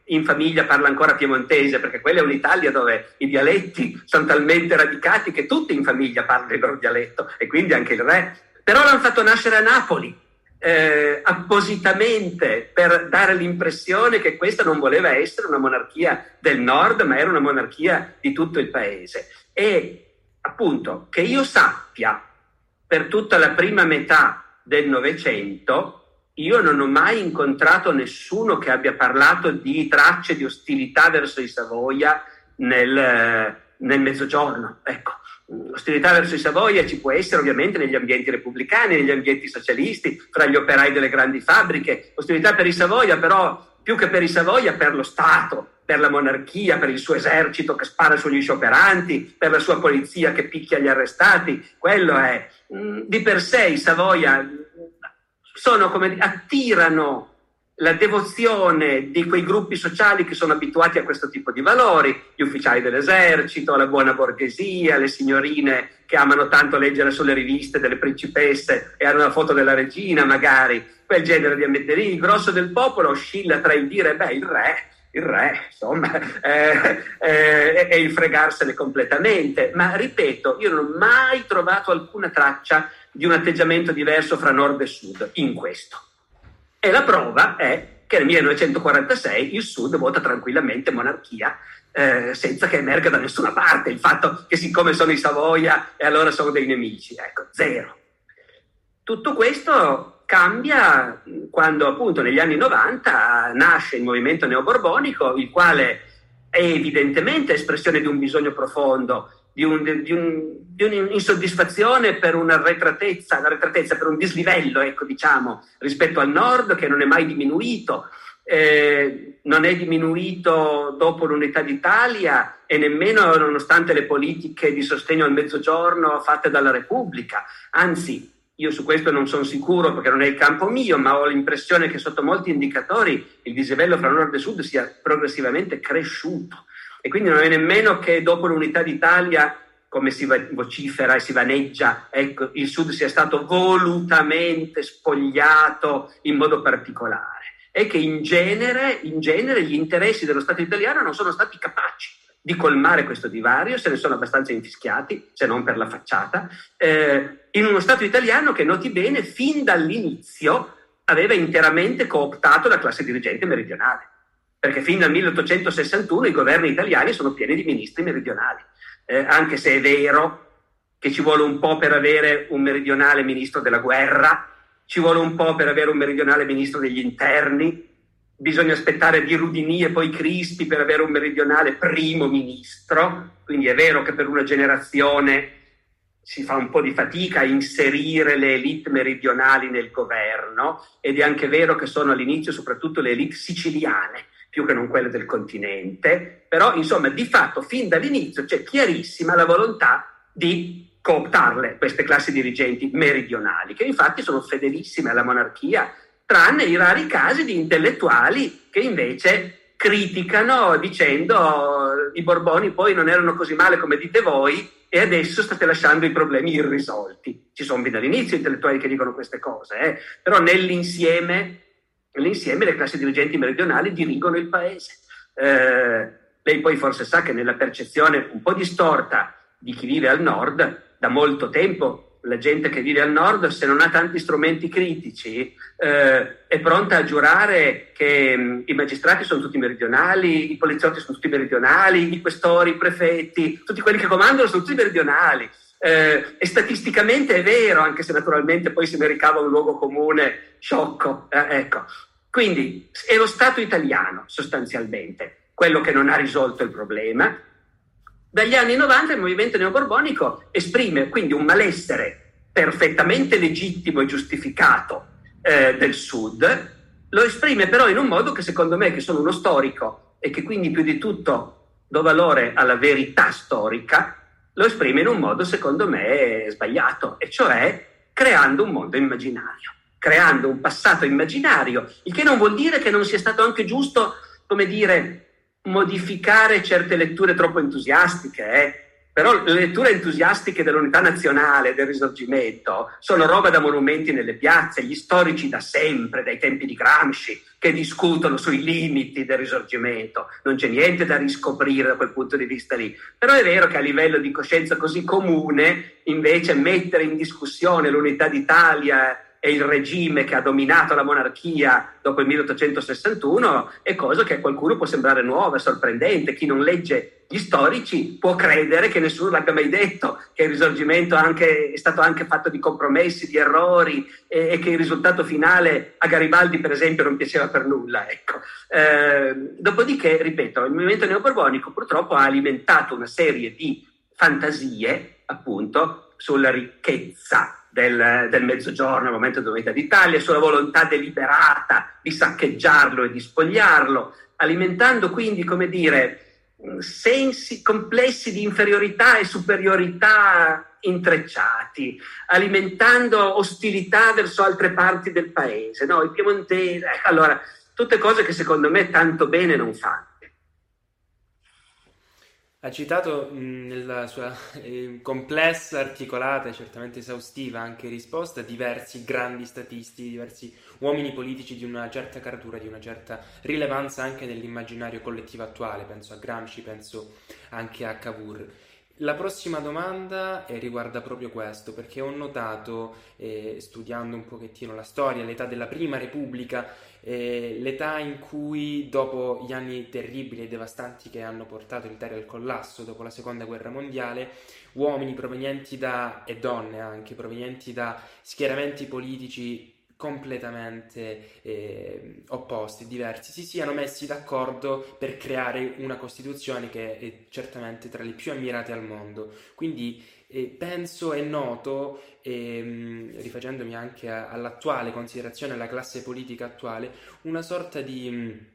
in famiglia parla ancora piemontese, perché quella è un'Italia dove i dialetti sono talmente radicati che tutti in famiglia parlano il loro dialetto, e quindi anche il re. Però l'hanno fatto nascere a Napoli, eh, appositamente per dare l'impressione che questa non voleva essere una monarchia del nord, ma era una monarchia di tutto il paese. E appunto, che io sappia, per tutta la prima metà del Novecento, io non ho mai incontrato nessuno che abbia parlato di tracce di ostilità verso i Savoia nel, nel Mezzogiorno. Ecco, ostilità verso i Savoia ci può essere ovviamente negli ambienti repubblicani, negli ambienti socialisti, fra gli operai delle grandi fabbriche. Ostilità per i Savoia, però, più che per i Savoia, per lo Stato, per la monarchia, per il suo esercito che spara sugli scioperanti, per la sua polizia che picchia gli arrestati. Quello è. Di per sé i Savoia sono come attirano la devozione di quei gruppi sociali che sono abituati a questo tipo di valori, gli ufficiali dell'esercito, la buona borghesia, le signorine che amano tanto leggere sulle riviste delle principesse e hanno la foto della regina magari, quel genere di ammetterini. Il grosso del popolo oscilla tra il dire beh il re, il re insomma eh, eh, e il fregarsene completamente, ma ripeto, io non ho mai trovato alcuna traccia di un atteggiamento diverso fra nord e sud in questo. E la prova è che nel millenovecentoquarantasei il sud vota tranquillamente monarchia, eh, senza che emerga da nessuna parte il fatto che siccome sono i Savoia e allora sono dei nemici. Ecco, zero. Tutto questo cambia quando appunto negli anni novanta nasce il movimento neoborbonico, il quale è evidentemente espressione di un bisogno profondo, di, un, di, un, di un'insoddisfazione per un'arretratezza, un'arretratezza, per un dislivello, ecco, diciamo, rispetto al nord, che non è mai diminuito, eh, non è diminuito dopo l'unità d'Italia e nemmeno nonostante le politiche di sostegno al mezzogiorno fatte dalla Repubblica. Anzi, io su questo non sono sicuro perché non è il campo mio, ma ho l'impressione che sotto molti indicatori il dislivello fra nord e sud sia progressivamente cresciuto. E quindi non è nemmeno che dopo l'unità d'Italia, come si vocifera e si vaneggia, ecco, il sud sia stato volutamente spogliato in modo particolare. È che in genere, in genere gli interessi dello Stato italiano non sono stati capaci di colmare questo divario, se ne sono abbastanza infischiati, se non per la facciata, eh, in uno Stato italiano che, noti bene, fin dall'inizio aveva interamente cooptato la classe dirigente meridionale. Perché fin dal milleottocentosessantuno i governi italiani sono pieni di ministri meridionali, eh, anche se è vero che ci vuole un po' per avere un meridionale ministro della guerra, ci vuole un po' per avere un meridionale ministro degli interni, bisogna aspettare di Rudinì e poi Crispi per avere un meridionale primo ministro, quindi è vero che per una generazione si fa un po' di fatica a inserire le elite meridionali nel governo, ed è anche vero che sono all'inizio soprattutto le elite siciliane, più che non quelle del continente, però insomma di fatto fin dall'inizio c'è chiarissima la volontà di cooptarle queste classi dirigenti meridionali, che infatti sono fedelissime alla monarchia, tranne i rari casi di intellettuali che invece criticano dicendo i Borboni poi non erano così male come dite voi e adesso state lasciando i problemi irrisolti. Ci sono fin dall'inizio intellettuali che dicono queste cose, eh? Però nell'insieme Nell'insieme le classi dirigenti meridionali dirigono il paese. Eh, lei poi forse sa che nella percezione un po' distorta di chi vive al nord, da molto tempo la gente che vive al nord, se non ha tanti strumenti critici, eh, è pronta a giurare che mh, i magistrati sono tutti meridionali, i poliziotti sono tutti meridionali, i questori, i prefetti, tutti quelli che comandano sono tutti meridionali. Eh, e statisticamente è vero, anche se naturalmente poi se ne ricava un luogo comune sciocco, eh, ecco. Quindi è lo Stato italiano sostanzialmente quello che non ha risolto il problema. Dagli anni novanta il movimento neoborbonico esprime quindi un malessere perfettamente legittimo e giustificato eh, del sud, lo esprime però in un modo che secondo me, che sono uno storico e che quindi più di tutto do valore alla verità storica, lo esprime in un modo secondo me sbagliato, e cioè creando un mondo immaginario, creando un passato immaginario, il che non vuol dire che non sia stato anche giusto, come dire, modificare certe letture troppo entusiastiche, eh? Però le letture entusiastiche dell'Unità Nazionale, del Risorgimento, sono roba da monumenti nelle piazze, gli storici da sempre, dai tempi di Gramsci, che discutono sui limiti del Risorgimento. Non c'è niente da riscoprire da quel punto di vista lì. Però è vero che a livello di coscienza così comune, invece, mettere in discussione l'unità d'Italia e il regime che ha dominato la monarchia dopo il milleottocentosessantuno è cosa che a qualcuno può sembrare nuova, sorprendente. Chi non legge gli storici può credere che nessuno l'abbia mai detto, che il Risorgimento anche, è stato anche fatto di compromessi, di errori e, e che il risultato finale a Garibaldi, per esempio, non piaceva per nulla. Ecco. Eh, dopodiché, ripeto, il movimento neoborbonico purtroppo ha alimentato una serie di fantasie, appunto, sulla ricchezza Del, del Mezzogiorno al momento dell'unità d'Italia, sulla volontà deliberata di saccheggiarlo e di spogliarlo, alimentando quindi, come dire, sensi complessi di inferiorità e superiorità intrecciati, alimentando ostilità verso altre parti del paese, no? I piemontesi, allora, tutte cose che secondo me tanto bene non fanno. Ha citato mh, nella sua eh, complessa, articolata e certamente esaustiva anche risposta diversi grandi statisti, diversi uomini politici di una certa caratura, di una certa rilevanza anche nell'immaginario collettivo attuale. Penso a Gramsci, penso anche a Cavour. La prossima domanda eh, riguarda proprio questo, perché ho notato, eh, studiando un pochettino la storia, l'età della Prima Repubblica, eh, l'età in cui, dopo gli anni terribili e devastanti che hanno portato l'Italia al collasso dopo la Seconda Guerra Mondiale, uomini provenienti da, e donne anche, provenienti da schieramenti politici completamente eh, opposti, diversi, si siano messi d'accordo per creare una Costituzione che è certamente tra le più ammirate al mondo. Quindi eh, penso è noto, eh, rifacendomi anche a, all'attuale considerazione della classe politica attuale, una sorta di...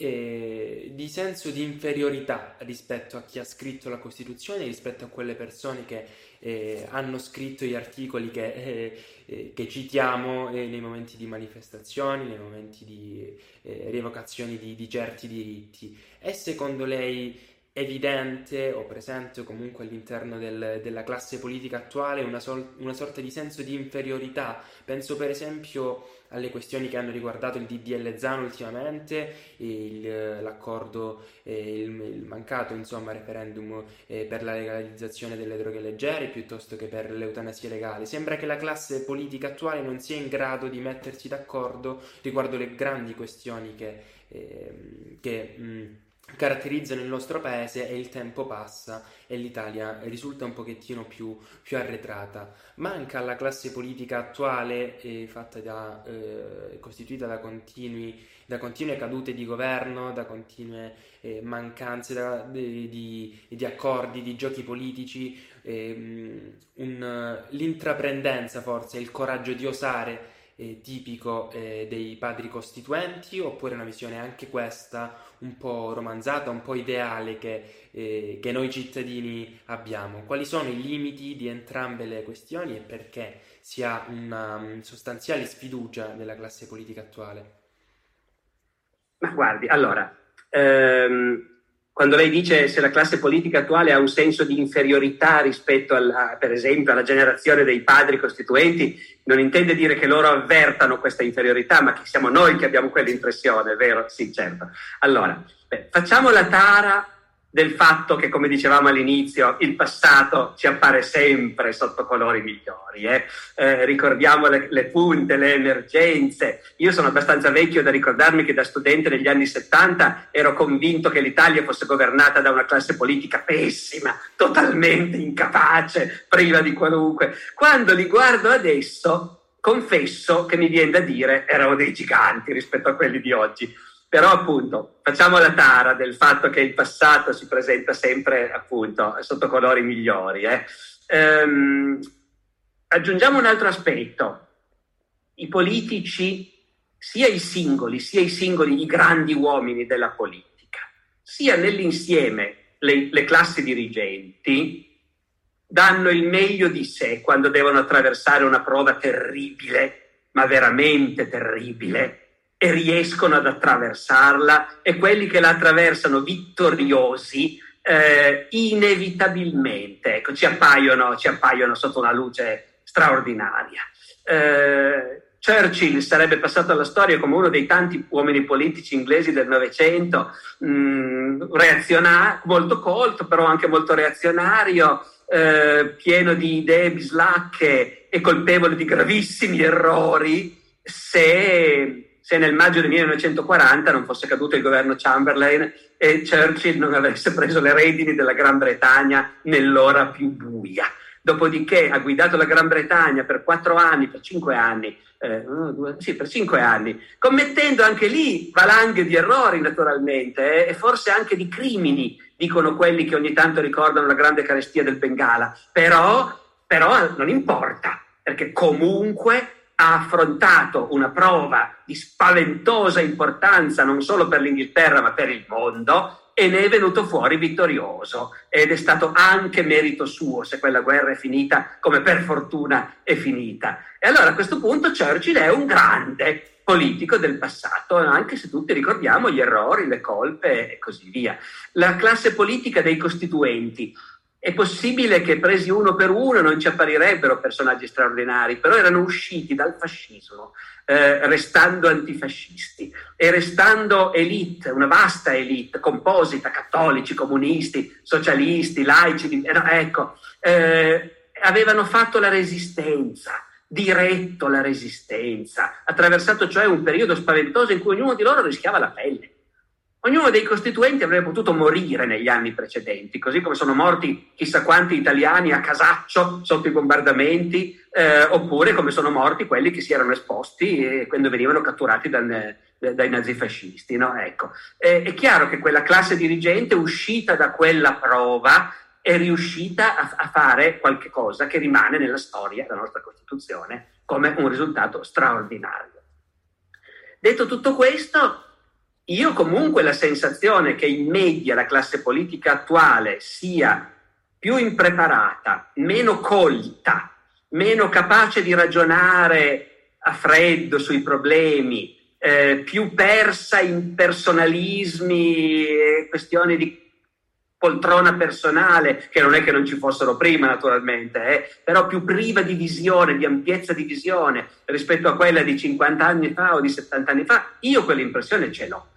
E di senso di inferiorità rispetto a chi ha scritto la Costituzione, rispetto a quelle persone che eh, hanno scritto gli articoli che, eh, eh, che citiamo eh, nei momenti di manifestazioni, nei momenti di eh, rievocazioni di, di certi diritti. È secondo lei evidente o presente comunque all'interno del, della classe politica attuale una, sol- una sorta di senso di inferiorità? Penso per esempio alle questioni che hanno riguardato il D D L Zan ultimamente, il, l'accordo, eh, il, il mancato insomma referendum eh, per la legalizzazione delle droghe leggere piuttosto che per l'eutanasia legale. Sembra che la classe politica attuale non sia in grado di mettersi d'accordo riguardo le grandi questioni che, eh, che mh, caratterizzano il nostro paese, e il tempo passa e l'Italia risulta un pochettino più, più arretrata. Manca alla classe politica attuale, eh, fatta da, eh, costituita da, continui, da continue cadute di governo, da continue eh, mancanze da, di, di, di accordi, di giochi politici, eh, un, l'intraprendenza forse, il coraggio di osare, Eh, tipico eh, dei padri costituenti, oppure una visione anche questa un po' romanzata, un po' ideale che, eh, che noi cittadini abbiamo? Quali sono i limiti di entrambe le questioni e perché si ha una um, sostanziale sfiducia della classe politica attuale? Ma guardi, allora, ehm, quando lei dice se la classe politica attuale ha un senso di inferiorità rispetto, alla, per esempio, alla generazione dei padri costituenti, non intende dire che loro avvertano questa inferiorità, ma che siamo noi che abbiamo quell'impressione, vero? Sì, certo. Allora, beh, facciamo la tara del fatto che, come dicevamo all'inizio, il passato ci appare sempre sotto colori migliori. Eh? Eh, ricordiamo le, le punte, le emergenze. Io sono abbastanza vecchio da ricordarmi che da studente negli anni settanta ero convinto che l'Italia fosse governata da una classe politica pessima, totalmente incapace, priva di qualunque. Quando li guardo adesso, confesso che mi viene da dire erano dei giganti rispetto a quelli di oggi. Però appunto facciamo la tara del fatto che il passato si presenta sempre appunto sotto colori migliori. Eh. Ehm, aggiungiamo un altro aspetto. I politici, sia i singoli, sia i singoli, i grandi uomini della politica, sia nell'insieme le, le classi dirigenti, danno il meglio di sé quando devono attraversare una prova terribile, ma veramente terribile, e riescono ad attraversarla, e quelli che la attraversano vittoriosi eh, inevitabilmente, ecco, ci appaiono, ci appaiono sotto una luce straordinaria. Eh, Churchill sarebbe passato alla storia come uno dei tanti uomini politici inglesi del Novecento, reazionario, molto colto, però anche molto reazionario, eh, pieno di idee bislacche e colpevole di gravissimi errori, se, se nel maggio del millenovecentoquaranta non fosse caduto il governo Chamberlain e Churchill non avesse preso le redini della Gran Bretagna nell'ora più buia. Dopodiché ha guidato la Gran Bretagna per quattro anni, per cinque anni, eh, uno, due, sì, per cinque anni, commettendo anche lì valanghe di errori naturalmente, eh, e forse anche di crimini, dicono quelli che ogni tanto ricordano la grande carestia del Bengala, però, però non importa, perché comunque ha affrontato una prova di spaventosa importanza non solo per l'Inghilterra ma per il mondo, e ne è venuto fuori vittorioso, ed è stato anche merito suo se quella guerra è finita come per fortuna è finita. E allora a questo punto Churchill è un grande politico del passato, anche se tutti ricordiamo gli errori, le colpe e così via. La classe politica dei costituenti, è possibile che presi uno per uno non ci apparirebbero personaggi straordinari, però erano usciti dal fascismo, eh, restando antifascisti e restando elite, una vasta elite, composita, cattolici, comunisti, socialisti, laici, eh, ecco, eh, avevano fatto la resistenza, diretto la resistenza, attraversato cioè un periodo spaventoso in cui ognuno di loro rischiava la pelle. Ognuno dei costituenti avrebbe potuto morire negli anni precedenti, così come sono morti chissà quanti italiani a casaccio sotto i bombardamenti, eh, oppure come sono morti quelli che si erano esposti e quando venivano catturati dal, dai nazifascisti. No? Ecco. Eh, è chiaro che quella classe dirigente, uscita da quella prova, è riuscita a, a fare qualche cosa che rimane nella storia della nostra Costituzione come un risultato straordinario. Detto tutto questo, io comunque la sensazione che in media la classe politica attuale sia più impreparata, meno colta, meno capace di ragionare a freddo sui problemi, eh, più persa in personalismi e questioni di poltrona personale, che non è che non ci fossero prima naturalmente, eh, però più priva di visione, di ampiezza di visione rispetto a quella di cinquanta anni fa o di settanta anni fa, io quell'impressione ce l'ho.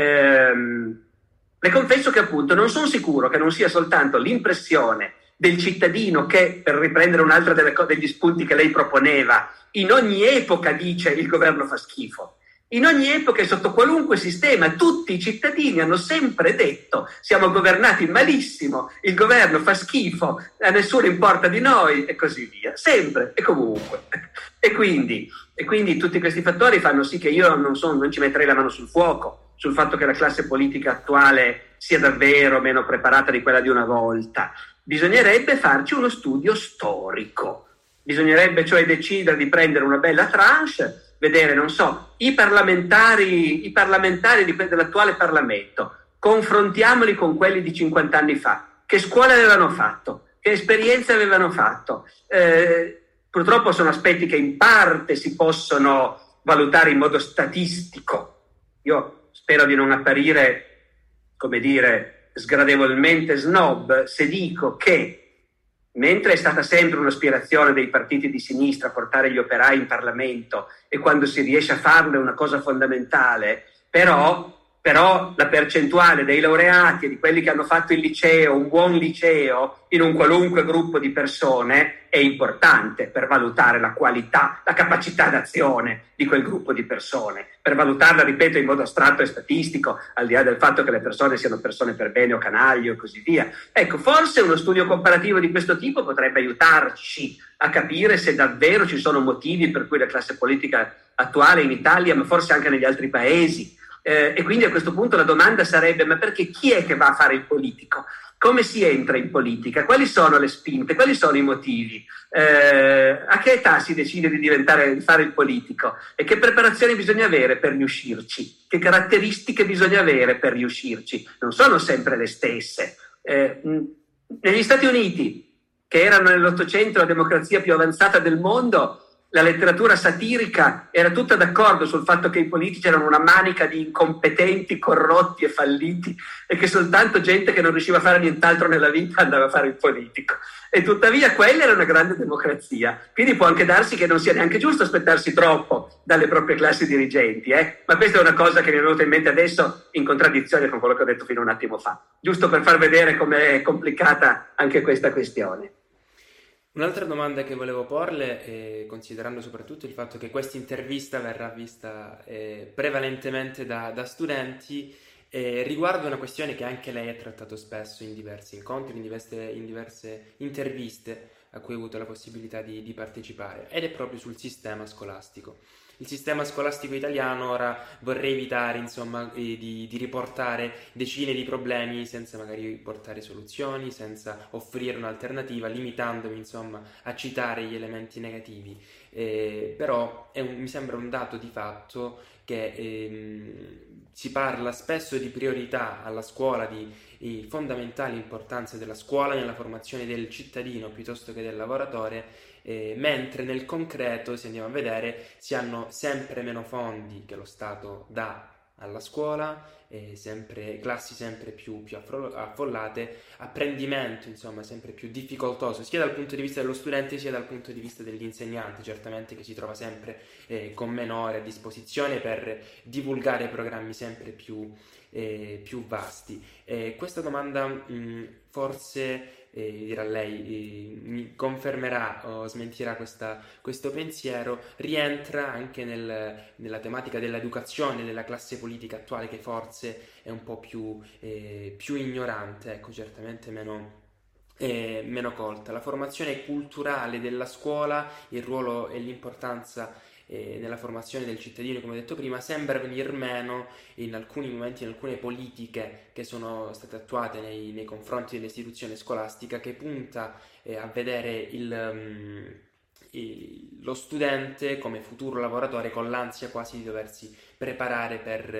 Ehm, le confesso che appunto non sono sicuro che non sia soltanto l'impressione del cittadino che, per riprendere un'altra delle co- degli spunti che lei proponeva, in ogni epoca dice il governo fa schifo. In ogni epoca e sotto qualunque sistema tutti i cittadini hanno sempre detto siamo governati malissimo, il governo fa schifo, a nessuno importa di noi e così via, sempre e comunque. E quindi, e quindi tutti questi fattori fanno sì che io non, sono, non ci metterei la mano sul fuoco sul fatto che la classe politica attuale sia davvero meno preparata di quella di una volta. Bisognerebbe farci uno studio storico, bisognerebbe cioè decidere di prendere una bella tranche, vedere, non so, i parlamentari, i parlamentari di, dell'attuale Parlamento, confrontiamoli con quelli di cinquanta anni fa. Che scuola avevano fatto? Che esperienze avevano fatto? Eh, purtroppo sono aspetti che in parte si possono valutare in modo statistico. Io spero di non apparire, come dire, sgradevolmente snob se dico che mentre è stata sempre un'aspirazione dei partiti di sinistra portare gli operai in Parlamento e quando si riesce a farlo è una cosa fondamentale, però, però la percentuale dei laureati e di quelli che hanno fatto il liceo, un buon liceo, in un qualunque gruppo di persone è importante per valutare la qualità, la capacità d'azione di quel gruppo di persone, per valutarla, ripeto, in modo astratto e statistico, al di là del fatto che le persone siano persone per bene o canaglie o così via. Ecco, forse uno studio comparativo di questo tipo potrebbe aiutarci a capire se davvero ci sono motivi per cui la classe politica attuale in Italia, ma forse anche negli altri paesi, eh, e quindi a questo punto la domanda sarebbe: ma perché chi è che va a fare il politico? Come si entra in politica? Quali sono le spinte? Quali sono i motivi? Eh, a che età si decide di diventare, di fare il politico? E che preparazioni bisogna avere per riuscirci? Che caratteristiche bisogna avere per riuscirci? Non sono sempre le stesse. Eh, negli Stati Uniti, che erano nell'Ottocento la democrazia più avanzata del mondo, la letteratura satirica era tutta d'accordo sul fatto che i politici erano una manica di incompetenti, corrotti e falliti e che soltanto gente che non riusciva a fare nient'altro nella vita andava a fare il politico. E tuttavia quella era una grande democrazia. Quindi può anche darsi che non sia neanche giusto aspettarsi troppo dalle proprie classi dirigenti, eh? Ma questa è una cosa che mi è venuta in mente adesso in contraddizione con quello che ho detto fino a un attimo fa, giusto per far vedere com'è complicata anche questa questione. Un'altra domanda che volevo porle, eh, considerando soprattutto il fatto che questa intervista verrà vista eh, prevalentemente da, da studenti, eh, riguarda una questione che anche lei ha trattato spesso in diversi incontri, in diverse, in diverse interviste a cui ho avuto la possibilità di, di partecipare, ed è proprio sul sistema scolastico. Il sistema scolastico italiano, ora vorrei evitare insomma eh, di, di riportare decine di problemi senza magari portare soluzioni, senza offrire un'alternativa, limitandomi insomma a citare gli elementi negativi. Eh, però è un, mi sembra un dato di fatto che ehm, si parla spesso di priorità alla scuola, di, di fondamentale importanza della scuola nella formazione del cittadino piuttosto che del lavoratore. Eh, mentre nel concreto, se andiamo a vedere, si hanno sempre meno fondi che lo Stato dà alla scuola, eh, sempre, classi sempre più, più affollate, apprendimento insomma sempre più difficoltoso sia dal punto di vista dello studente sia dal punto di vista dell'insegnante, certamente, che si trova sempre eh, con meno ore a disposizione per divulgare programmi sempre più, eh, più vasti. Eh, questa domanda mh, forse Eh, dirà lei, eh, mi confermerà o smentirà questa, questo pensiero, rientra anche nel, nella tematica dell'educazione della classe politica attuale, che forse è un po' più, eh, più ignorante, ecco, certamente meno, eh, meno colta. La formazione culturale della scuola, il ruolo e l'importanza Eh, nella formazione del cittadino, come ho detto prima, sembra venir meno in alcuni momenti, in alcune politiche che sono state attuate nei, nei confronti dell'istituzione scolastica, che punta eh, a vedere il, um, il, lo studente come futuro lavoratore con l'ansia quasi di doversi preparare per,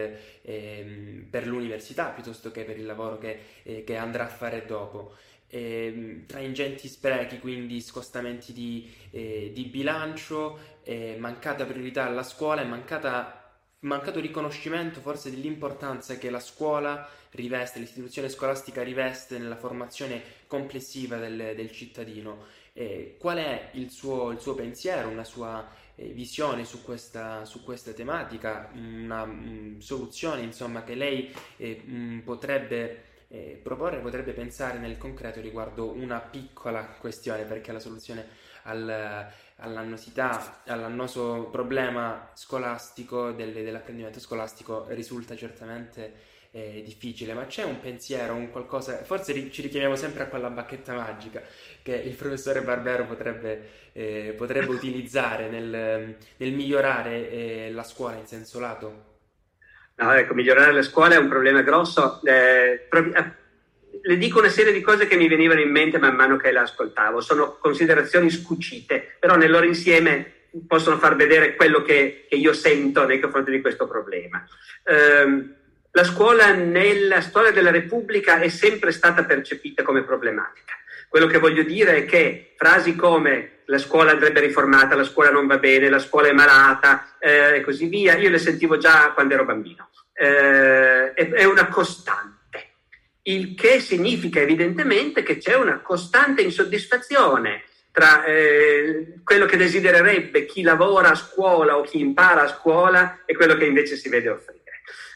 eh, per l'università piuttosto che per il lavoro che, eh, che andrà a fare dopo. Eh, tra ingenti sprechi, quindi scostamenti di, eh, di bilancio, eh, mancata priorità alla scuola e mancata, mancato riconoscimento forse dell'importanza che la scuola riveste, l'istituzione scolastica riveste nella formazione complessiva del, del cittadino. Eh, qual è il suo, il suo pensiero, una sua eh, visione su questa, su questa tematica, una mh, soluzione insomma che lei eh, mh, potrebbe Eh, proporre, potrebbe pensare nel concreto riguardo una piccola questione, perché la soluzione al, all'annosità, all'annoso problema scolastico, del, dell'apprendimento scolastico, risulta certamente eh, difficile, ma c'è un pensiero, un qualcosa, forse ri, ci richiamiamo sempre a quella bacchetta magica che il professore Barbero potrebbe, eh, potrebbe utilizzare nel, nel migliorare eh, la scuola in senso lato. No, ecco, migliorare la scuola è un problema grosso. Eh, pro- eh, le dico una serie di cose che mi venivano in mente man mano che la ascoltavo. Sono considerazioni scucite, però nel loro insieme possono far vedere quello che, che io sento nei confronti di questo problema. Eh, la scuola nella storia della Repubblica è sempre stata percepita come problematica. Quello che voglio dire è che frasi come la scuola andrebbe riformata, la scuola non va bene, la scuola è malata eh, e così via, io le sentivo già quando ero bambino. Eh, è, è una costante, il che significa evidentemente che c'è una costante insoddisfazione tra eh, quello che desidererebbe chi lavora a scuola o chi impara a scuola e quello che invece si vede offrire.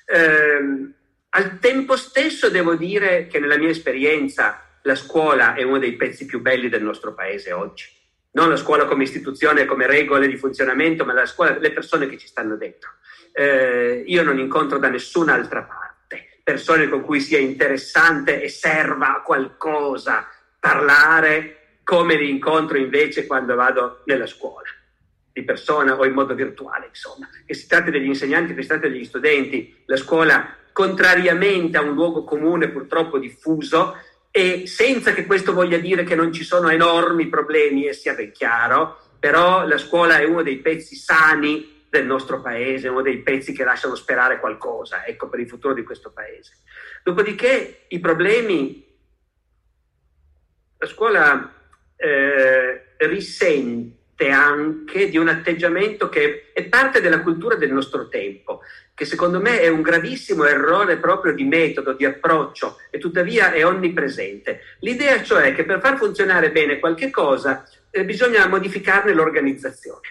Eh, al tempo stesso devo dire che nella mia esperienza la scuola è uno dei pezzi più belli del nostro paese oggi. Non la scuola come istituzione, come regole di funzionamento, ma la scuola, le persone che ci stanno dentro. Eh, io non incontro da nessun'altra parte persone con cui sia interessante e serva a qualcosa parlare come li incontro invece quando vado nella scuola, di persona o in modo virtuale, insomma. Che si tratti degli insegnanti, che si tratti degli studenti, la scuola, contrariamente a un luogo comune purtroppo diffuso, e senza che questo voglia dire che non ci sono enormi problemi, e sia ben chiaro, però la scuola è uno dei pezzi sani del nostro paese, uno dei pezzi che lasciano sperare qualcosa, ecco, per il futuro di questo paese. Dopodiché i problemi, la scuola eh, risente parte anche di un atteggiamento che è parte della cultura del nostro tempo, che secondo me è un gravissimo errore proprio di metodo, di approccio, e tuttavia è onnipresente. L'idea cioè che per far funzionare bene qualche cosa eh, bisogna modificarne l'organizzazione.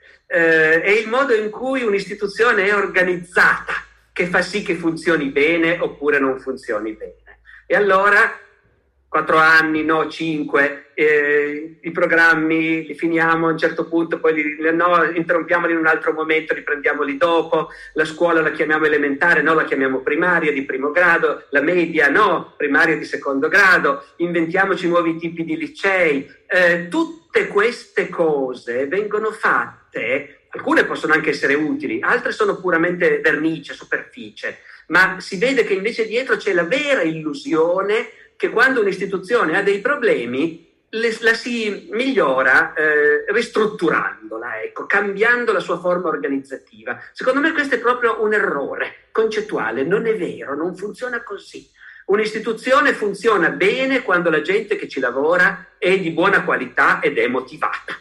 Eh, è il modo in cui un'istituzione è organizzata che fa sì che funzioni bene oppure non funzioni bene. E allora quattro anni, no, cinque, eh, i programmi li finiamo a un certo punto, poi li, no, interrompiamoli in un altro momento, riprendiamoli dopo, la scuola la chiamiamo elementare, no, la chiamiamo primaria di primo grado, la media no, primaria di secondo grado, inventiamoci nuovi tipi di licei. Eh, tutte queste cose vengono fatte, alcune possono anche essere utili, altre sono puramente vernice, superficie, ma si vede che invece dietro c'è la vera illusione che quando un'istituzione ha dei problemi le, la si migliora eh, ristrutturandola, ecco, cambiando la sua forma organizzativa. Secondo me questo è proprio un errore concettuale, non è vero, non funziona così. Un'istituzione funziona bene quando la gente che ci lavora è di buona qualità ed è motivata.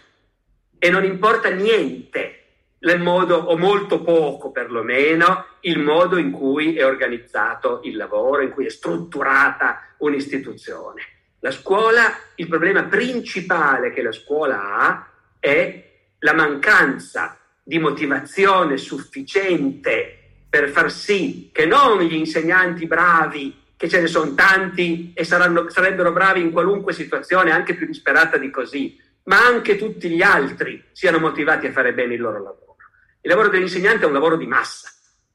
E non importa niente il modo, o molto poco perlomeno, il modo in cui è organizzato il lavoro, in cui è strutturata un'istituzione. La scuola, il problema principale che la scuola ha è la mancanza di motivazione sufficiente per far sì che non gli insegnanti bravi, che ce ne sono tanti e saranno, sarebbero bravi in qualunque situazione, anche più disperata di così, ma anche tutti gli altri siano motivati a fare bene il loro lavoro. Il lavoro dell'insegnante è un lavoro di massa.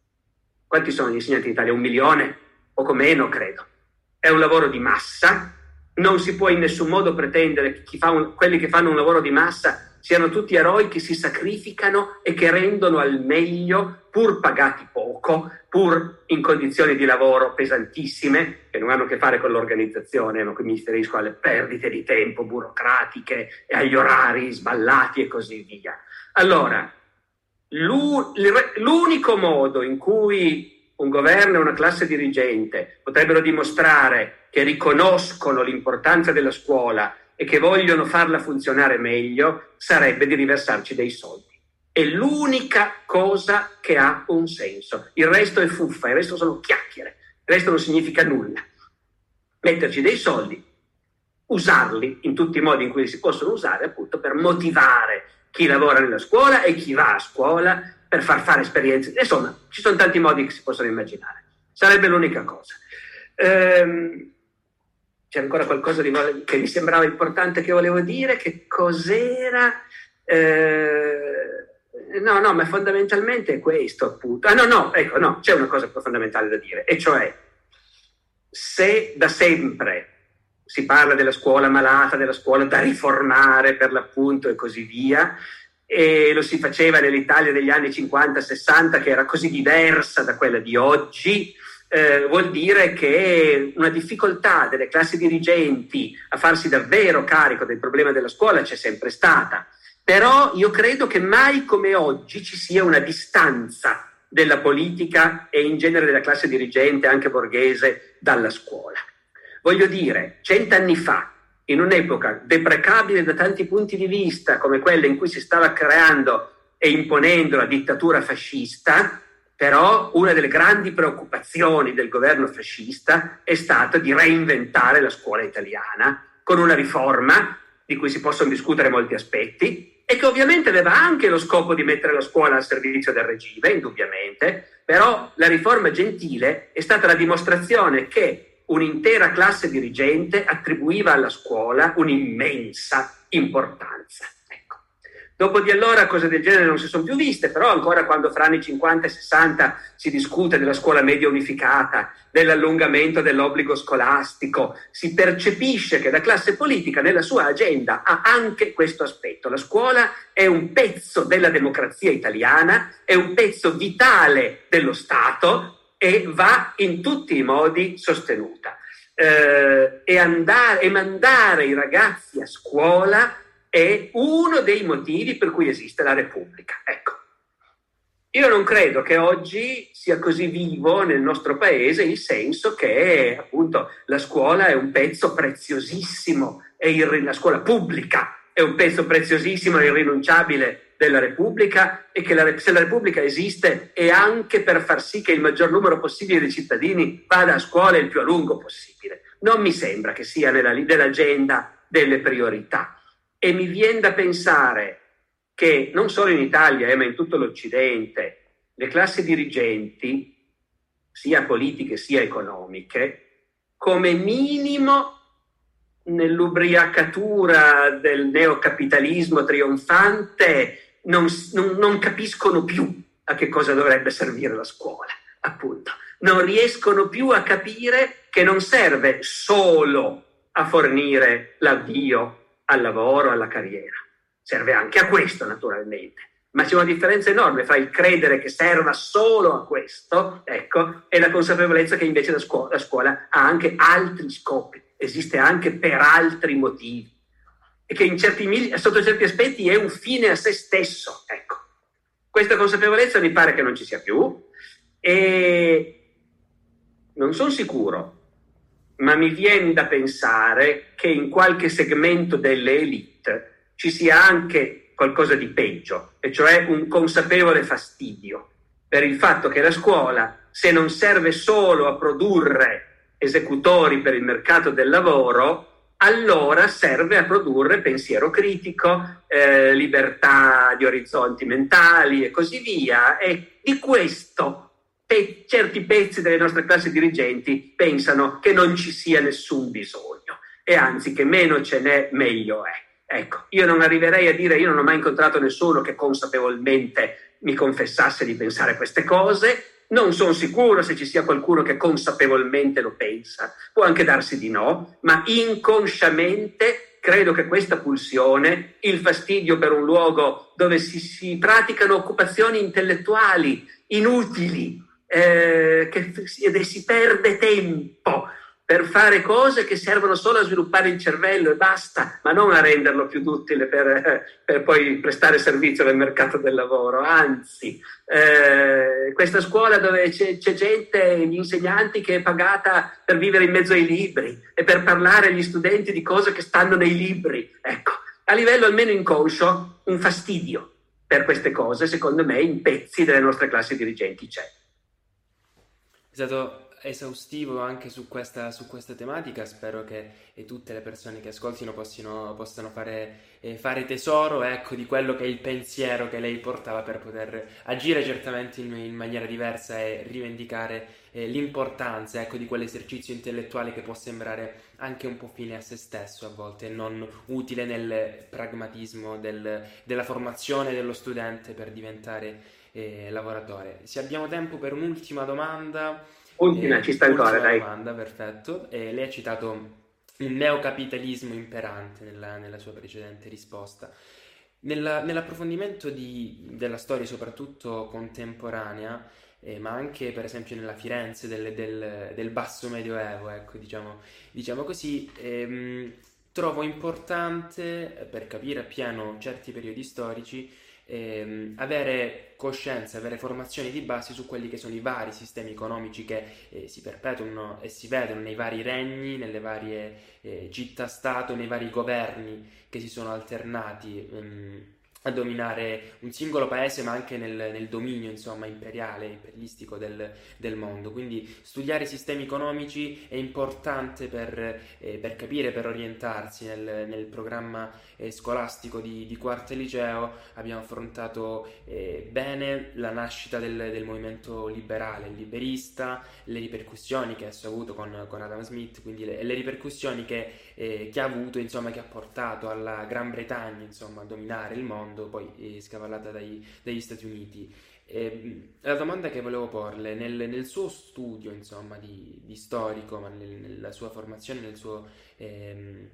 Quanti sono gli insegnanti in Italia? Un milione? Poco meno, credo. È un lavoro di massa. Non si può in nessun modo pretendere che chi fa un, quelli che fanno un lavoro di massa siano tutti eroi che si sacrificano e che rendono al meglio, pur pagati poco, pur in condizioni di lavoro pesantissime, che non hanno a che fare con l'organizzazione, ma qui mi riferisco alle perdite di tempo burocratiche e agli orari sballati e così via. Allora, l'unico modo in cui un governo e una classe dirigente potrebbero dimostrare che riconoscono l'importanza della scuola e che vogliono farla funzionare meglio sarebbe di riversarci dei soldi. È l'unica cosa che ha un senso. Il resto è fuffa, il resto sono chiacchiere, il resto non significa nulla. Metterci dei soldi, usarli in tutti i modi in cui si possono usare, appunto, per motivare chi lavora nella scuola e chi va a scuola, per far fare esperienze. Insomma, ci sono tanti modi che si possono immaginare. Sarebbe l'unica cosa. Ehm, c'è ancora qualcosa di, che mi sembrava importante che volevo dire. Che cos'era? Eh, no, no, ma fondamentalmente è questo, appunto. Ah, no, no, ecco, no, c'è una cosa fondamentale da dire, e cioè, se da sempre si parla della scuola malata, della scuola da riformare per l'appunto e così via, e lo si faceva nell'Italia degli anni cinquanta sessanta, che era così diversa da quella di oggi, eh, vuol dire che una difficoltà delle classi dirigenti a farsi davvero carico del problema della scuola c'è sempre stata. Però io credo che mai come oggi ci sia una distanza della politica e in genere della classe dirigente, anche borghese, dalla scuola. Voglio dire, cent'anni fa, in un'epoca deprecabile da tanti punti di vista, come quella in cui si stava creando e imponendo la dittatura fascista, però una delle grandi preoccupazioni del governo fascista è stata di reinventare la scuola italiana con una riforma di cui si possono discutere molti aspetti e che ovviamente aveva anche lo scopo di mettere la scuola al servizio del regime, indubbiamente, però la riforma Gentile è stata la dimostrazione che un'intera classe dirigente attribuiva alla scuola un'immensa importanza. Ecco. Dopo di allora cose del genere non si sono più viste, però ancora quando fra anni cinquanta e sessanta si discute della scuola media unificata, dell'allungamento dell'obbligo scolastico, si percepisce che la classe politica nella sua agenda ha anche questo aspetto. La scuola è un pezzo della democrazia italiana, è un pezzo vitale dello Stato, e va in tutti i modi sostenuta. Eh, e, andare, e mandare i ragazzi a scuola è uno dei motivi per cui esiste la Repubblica. Ecco. Io non credo che oggi sia così vivo nel nostro paese il senso che appunto la scuola è un pezzo preziosissimo, e il, la scuola pubblica è un pezzo preziosissimo e irrinunciabile della Repubblica, e che la, se la Repubblica esiste è anche per far sì che il maggior numero possibile di cittadini vada a scuola il più a lungo possibile. Non mi sembra che sia nella, nell'agenda delle priorità, e mi viene da pensare che non solo in Italia eh, ma in tutto l'Occidente le classi dirigenti, sia politiche sia economiche, come minimo nell'ubriacatura del neocapitalismo trionfante non, non, non capiscono più a che cosa dovrebbe servire la scuola, appunto. Non riescono più a capire che non serve solo a fornire l'avvio al lavoro, alla carriera. Serve anche a questo, naturalmente. Ma c'è una differenza enorme fra il credere che serva solo a questo, ecco, e la consapevolezza che invece la scuola, la scuola ha anche altri scopi, esiste anche per altri motivi, e che in certi, sotto certi aspetti è un fine a se stesso, ecco. Questa consapevolezza mi pare che non ci sia più, e non sono sicuro, ma mi viene da pensare che in qualche segmento delle elite ci sia anche qualcosa di peggio, e cioè un consapevole fastidio per il fatto che la scuola, se non serve solo a produrre esecutori per il mercato del lavoro, allora serve a produrre pensiero critico, eh, libertà di orizzonti mentali e così via, e di questo pe- certi pezzi delle nostre classi dirigenti pensano che non ci sia nessun bisogno, e anzi che meno ce n'è meglio è. Ecco, io non arriverei a dire, io non ho mai incontrato nessuno che consapevolmente mi confessasse di pensare queste cose, non sono sicuro se ci sia qualcuno che consapevolmente lo pensa, può anche darsi di no, ma inconsciamente credo che questa pulsione, il fastidio per un luogo dove si, si praticano occupazioni intellettuali inutili, eh, che si, si perde tempo per fare cose che servono solo a sviluppare il cervello e basta, ma non a renderlo più duttile per, per poi prestare servizio nel mercato del lavoro. Anzi, eh, questa scuola dove c'è, c'è gente, gli insegnanti, che è pagata per vivere in mezzo ai libri e per parlare agli studenti di cose che stanno nei libri. Ecco, a livello almeno inconscio, un fastidio per queste cose, secondo me, in pezzi delle nostre classi dirigenti c'è. È stato esaustivo anche su questa, su questa tematica. Spero che eh, tutte le persone che ascoltino possano, possano fare, eh, fare tesoro, ecco, di quello che è il pensiero che lei portava, per poter agire certamente in, in maniera diversa e rivendicare eh, l'importanza, ecco, di quell'esercizio intellettuale che può sembrare anche un po' fine a se stesso a volte, e non utile nel pragmatismo del, della formazione dello studente per diventare eh, lavoratore. Se abbiamo tempo per un'ultima domanda. Ultima, eh, ci sta ancora, dai. Domanda, perfetto. Eh, lei ha citato un neocapitalismo imperante nella, nella sua precedente risposta. Nella, nell'approfondimento di, della storia, soprattutto contemporanea, eh, ma anche per esempio nella Firenze del, del, del basso medioevo, ecco, diciamo, diciamo così, ehm, trovo importante, per capire appieno certi periodi storici, ehm, avere coscienza, avere formazioni di base su quelli che sono i vari sistemi economici che eh, si perpetuano e si vedono nei vari regni, nelle varie eh, città-stato, nei vari governi che si sono alternati ehm, a dominare un singolo paese, ma anche nel, nel dominio, insomma, imperiale, imperialistico del, del mondo. Quindi studiare i sistemi economici è importante per, eh, per capire, per orientarsi nel, nel programma eh, scolastico di, di quarto e liceo. Abbiamo affrontato eh, bene la nascita del, del movimento liberale, liberista, le ripercussioni che esso ha avuto con, con Adam Smith, quindi le, le ripercussioni che, eh, che ha avuto, insomma, che ha portato alla Gran Bretagna, insomma, a dominare il mondo, poi eh, scavallata dai, dagli Stati Uniti. Eh, la domanda che volevo porle, nel, nel suo studio, insomma, di, di storico, ma nel, nella sua formazione, nel suo ehm,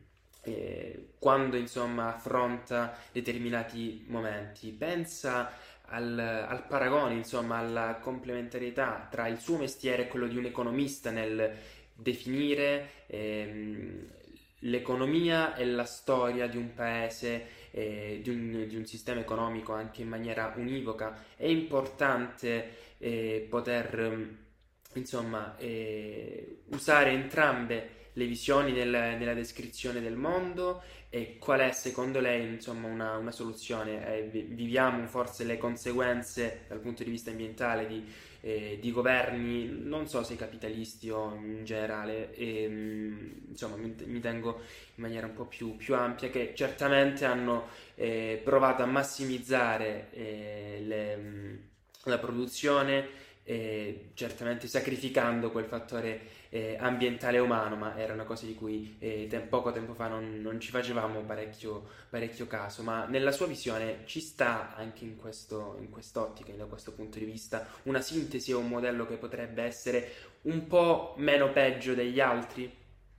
eh, quando, insomma, affronta determinati momenti, pensa al, al paragone, insomma, alla complementarietà tra il suo mestiere e quello di un economista nel definire ehm, l'economia e la storia di un paese, eh, di, un, di un sistema economico anche in maniera univoca. È importante eh, poter insomma eh, usare entrambe le visioni nel, nella descrizione del mondo, e qual è secondo lei insomma una, una soluzione? Eh, viviamo forse le conseguenze dal punto di vista ambientale di, eh, di governi, non so se capitalisti o in generale, e, insomma mi, mi tengo in maniera un po' più, più ampia, che certamente hanno eh, provato a massimizzare eh, le, la produzione, eh, certamente sacrificando quel fattore eh, ambientale umano, ma era una cosa di cui eh, te- poco tempo fa non, non ci facevamo parecchio, parecchio caso. Ma nella sua visione ci sta anche in, questo, in quest'ottica, da questo punto di vista, una sintesi o un modello che potrebbe essere un po' meno peggio degli altri?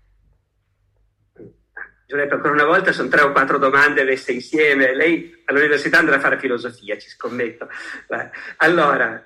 Giuseppe, ancora una volta sono tre o quattro domande messe insieme. Lei all'università andrà a fare filosofia, ci scommetto. Beh, allora,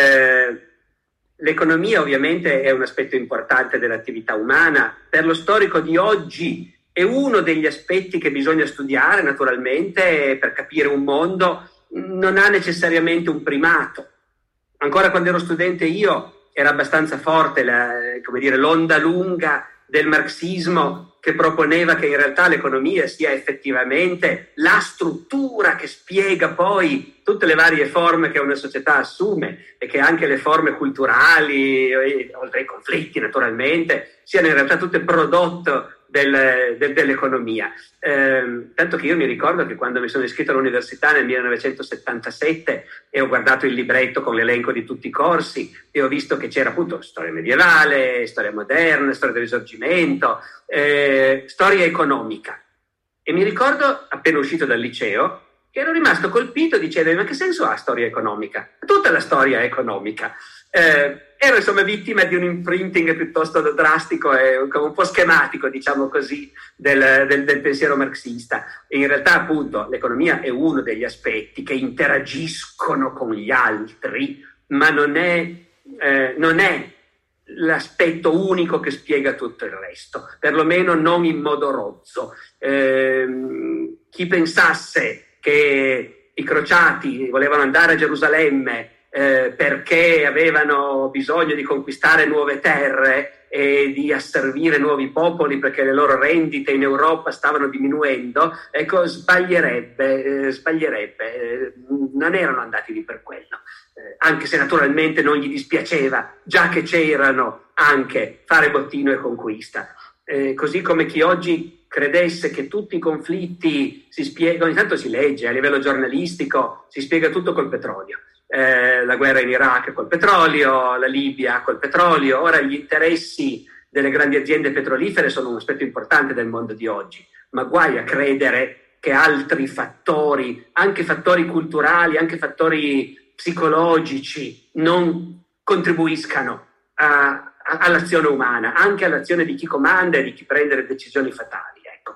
eh, l'economia ovviamente è un aspetto importante dell'attività umana. Per lo storico di oggi è uno degli aspetti che bisogna studiare, naturalmente, per capire un mondo. Non ha necessariamente un primato. Ancora quando ero studente io era abbastanza forte la, come dire, l'onda lunga del marxismo, che proponeva che in realtà l'economia sia effettivamente la struttura che spiega poi tutte le varie forme che una società assume, e che anche le forme culturali, oltre ai conflitti naturalmente, siano in realtà tutte prodotto del, del, dell'economia. Eh, tanto che io mi ricordo che quando mi sono iscritto all'università nel millenovecentosettantasette e ho guardato il libretto con l'elenco di tutti i corsi e ho visto che c'era appunto storia medievale, storia moderna, storia del Risorgimento, eh, storia economica. E mi ricordo, appena uscito dal liceo, che ero rimasto colpito dicendo: ma che senso ha storia economica? Tutta la storia è economica. Eh, ero insomma vittima di un imprinting piuttosto drastico e un po' schematico, diciamo così, del, del, del pensiero marxista. E in realtà appunto l'economia è uno degli aspetti che interagiscono con gli altri, ma non è, eh, non è l'aspetto unico che spiega tutto il resto, perlomeno non in modo rozzo. Eh, chi pensasse che i crociati volevano andare a Gerusalemme eh, perché avevano bisogno di conquistare nuove terre e di asservire nuovi popoli perché le loro rendite in Europa stavano diminuendo, ecco, sbaglierebbe, eh, sbaglierebbe. Eh, non erano andati lì per quello, eh, anche se naturalmente non gli dispiaceva, già che c'erano, anche fare bottino e conquista. Eh, così come chi oggi credesse che tutti i conflitti si spiegano, intanto si legge a livello giornalistico, si spiega tutto col petrolio. Eh, la guerra in Iraq col petrolio, la Libia col petrolio. Ora gli interessi delle grandi aziende petrolifere sono un aspetto importante del mondo di oggi, ma guai a credere che altri fattori, anche fattori culturali, anche fattori psicologici, non contribuiscano a, a, all'azione umana, anche all'azione di chi comanda e di chi prende le decisioni fatali.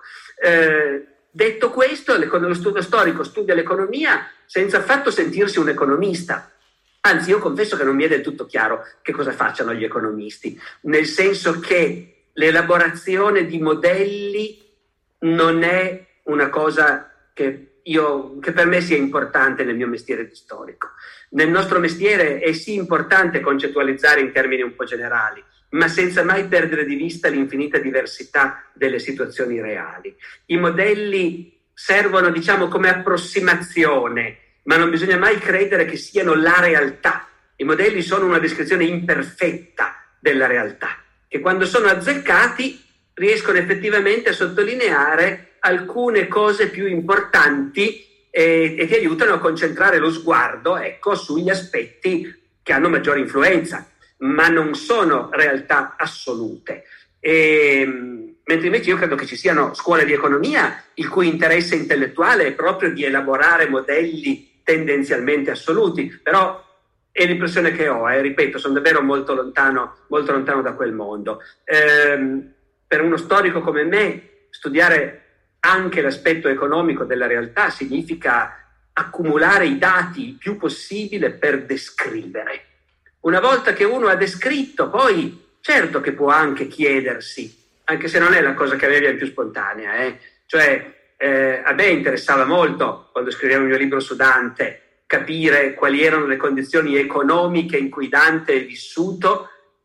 Eh, detto questo, lo studio storico studia l'economia senza affatto sentirsi un economista. Anzi, io confesso che non mi è del tutto chiaro che cosa facciano gli economisti, nel senso che l'elaborazione di modelli non è una cosa che, io, che per me sia importante nel mio mestiere di storico. Nel nostro mestiere è sì importante concettualizzare in termini un po' generali, ma senza mai perdere di vista l'infinita diversità delle situazioni reali. I modelli servono, diciamo, come approssimazione, ma non bisogna mai credere che siano la realtà. I modelli sono una descrizione imperfetta della realtà, che quando sono azzeccati riescono effettivamente a sottolineare alcune cose più importanti e, e ti aiutano a concentrare lo sguardo, ecco, sugli aspetti che hanno maggiore influenza, ma non sono realtà assolute. E, mentre invece io credo che ci siano scuole di economia il cui interesse intellettuale è proprio di elaborare modelli tendenzialmente assoluti, però è l'impressione che ho, eh, ripeto, sono davvero molto lontano, molto lontano da quel mondo. Ehm, per uno storico come me, studiare anche l'aspetto economico della realtà significa accumulare i dati il più possibile per descrivere. Una volta che uno ha descritto, poi certo che può anche chiedersi, anche se non è la cosa che a me viene più spontanea, eh? cioè eh, a me interessava molto, quando scrivevo il mio libro su Dante, capire quali erano le condizioni economiche in cui Dante è vissuto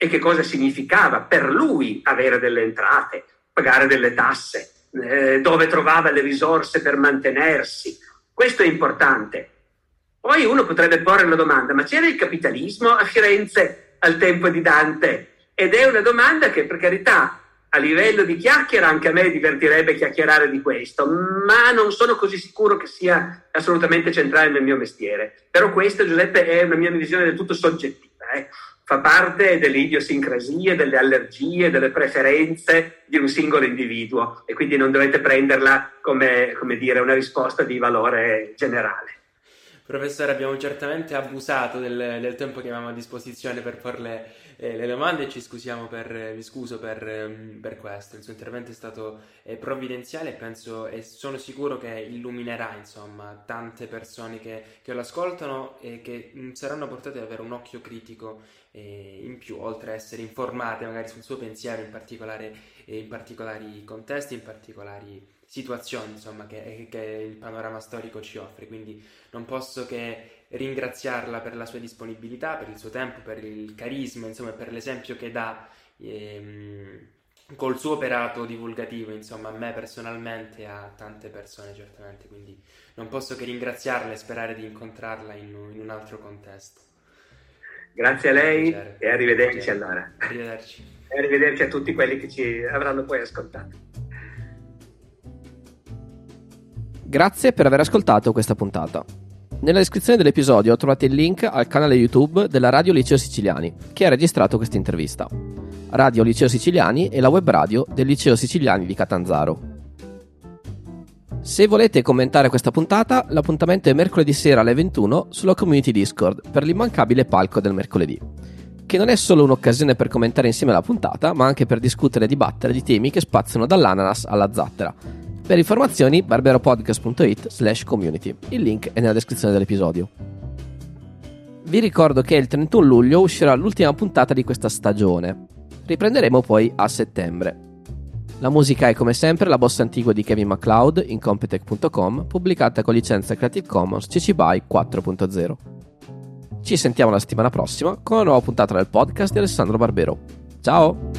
e che cosa significava per lui avere delle entrate, pagare delle tasse, eh, dove trovava le risorse per mantenersi. Questo è importante. Poi uno potrebbe porre la domanda: ma c'era il capitalismo a Firenze al tempo di Dante? Ed è una domanda che, per carità, a livello di chiacchiera anche a me divertirebbe chiacchierare di questo, ma non sono così sicuro che sia assolutamente centrale nel mio mestiere. Però questa, Giuseppe, è una mia visione del tutto soggettiva, eh. Fa parte delle idiosincrasie, delle allergie, delle preferenze di un singolo individuo, e quindi non dovete prenderla come, come dire, una risposta di valore generale. Professore, abbiamo certamente abusato del, del tempo che avevamo a disposizione per porle eh, le domande, e ci scusiamo per, mi scuso per, per questo. Il suo intervento è stato eh, provvidenziale, e penso e sono sicuro che illuminerà, insomma, tante persone che, che lo ascoltano e che mh, saranno portate ad avere un occhio critico eh, in più, oltre a essere informate magari sul suo pensiero, in particolare eh, in particolari contesti, in particolari situazioni, insomma, che, che il panorama storico ci offre. Quindi non posso che ringraziarla per la sua disponibilità, per il suo tempo, per il carisma, insomma, per l'esempio che dà ehm, col suo operato divulgativo, insomma, a me personalmente e a tante persone, certamente. Quindi non posso che ringraziarla e sperare di incontrarla in un, in un altro contesto. Grazie a lei e arrivederci allora. Arrivederci. E arrivederci a tutti quelli che ci avranno poi ascoltato. Grazie per aver ascoltato questa puntata. Nella descrizione dell'episodio trovate il link al canale YouTube della Radio Liceo Siciliani, che ha registrato questa intervista. Radio Liceo Siciliani è la web radio del Liceo Siciliani di Catanzaro. Se volete commentare questa puntata, l'appuntamento è mercoledì sera alle ventuno sulla community Discord per l'immancabile palco del mercoledì, che non è solo un'occasione per commentare insieme la puntata, ma anche per discutere e dibattere di temi che spaziano dall'ananas alla zattera. Per informazioni barberopodcast punto it slash community. Il link è nella descrizione dell'episodio. Vi ricordo che il trentuno luglio uscirà l'ultima puntata di questa stagione. Riprenderemo poi a settembre. La musica è come sempre la bossa antigua di Kevin MacLeod in compitech punto com, pubblicata con licenza Creative Commons C C B Y quattro punto zero. Ci sentiamo la settimana prossima con una nuova puntata del podcast di Alessandro Barbero. Ciao!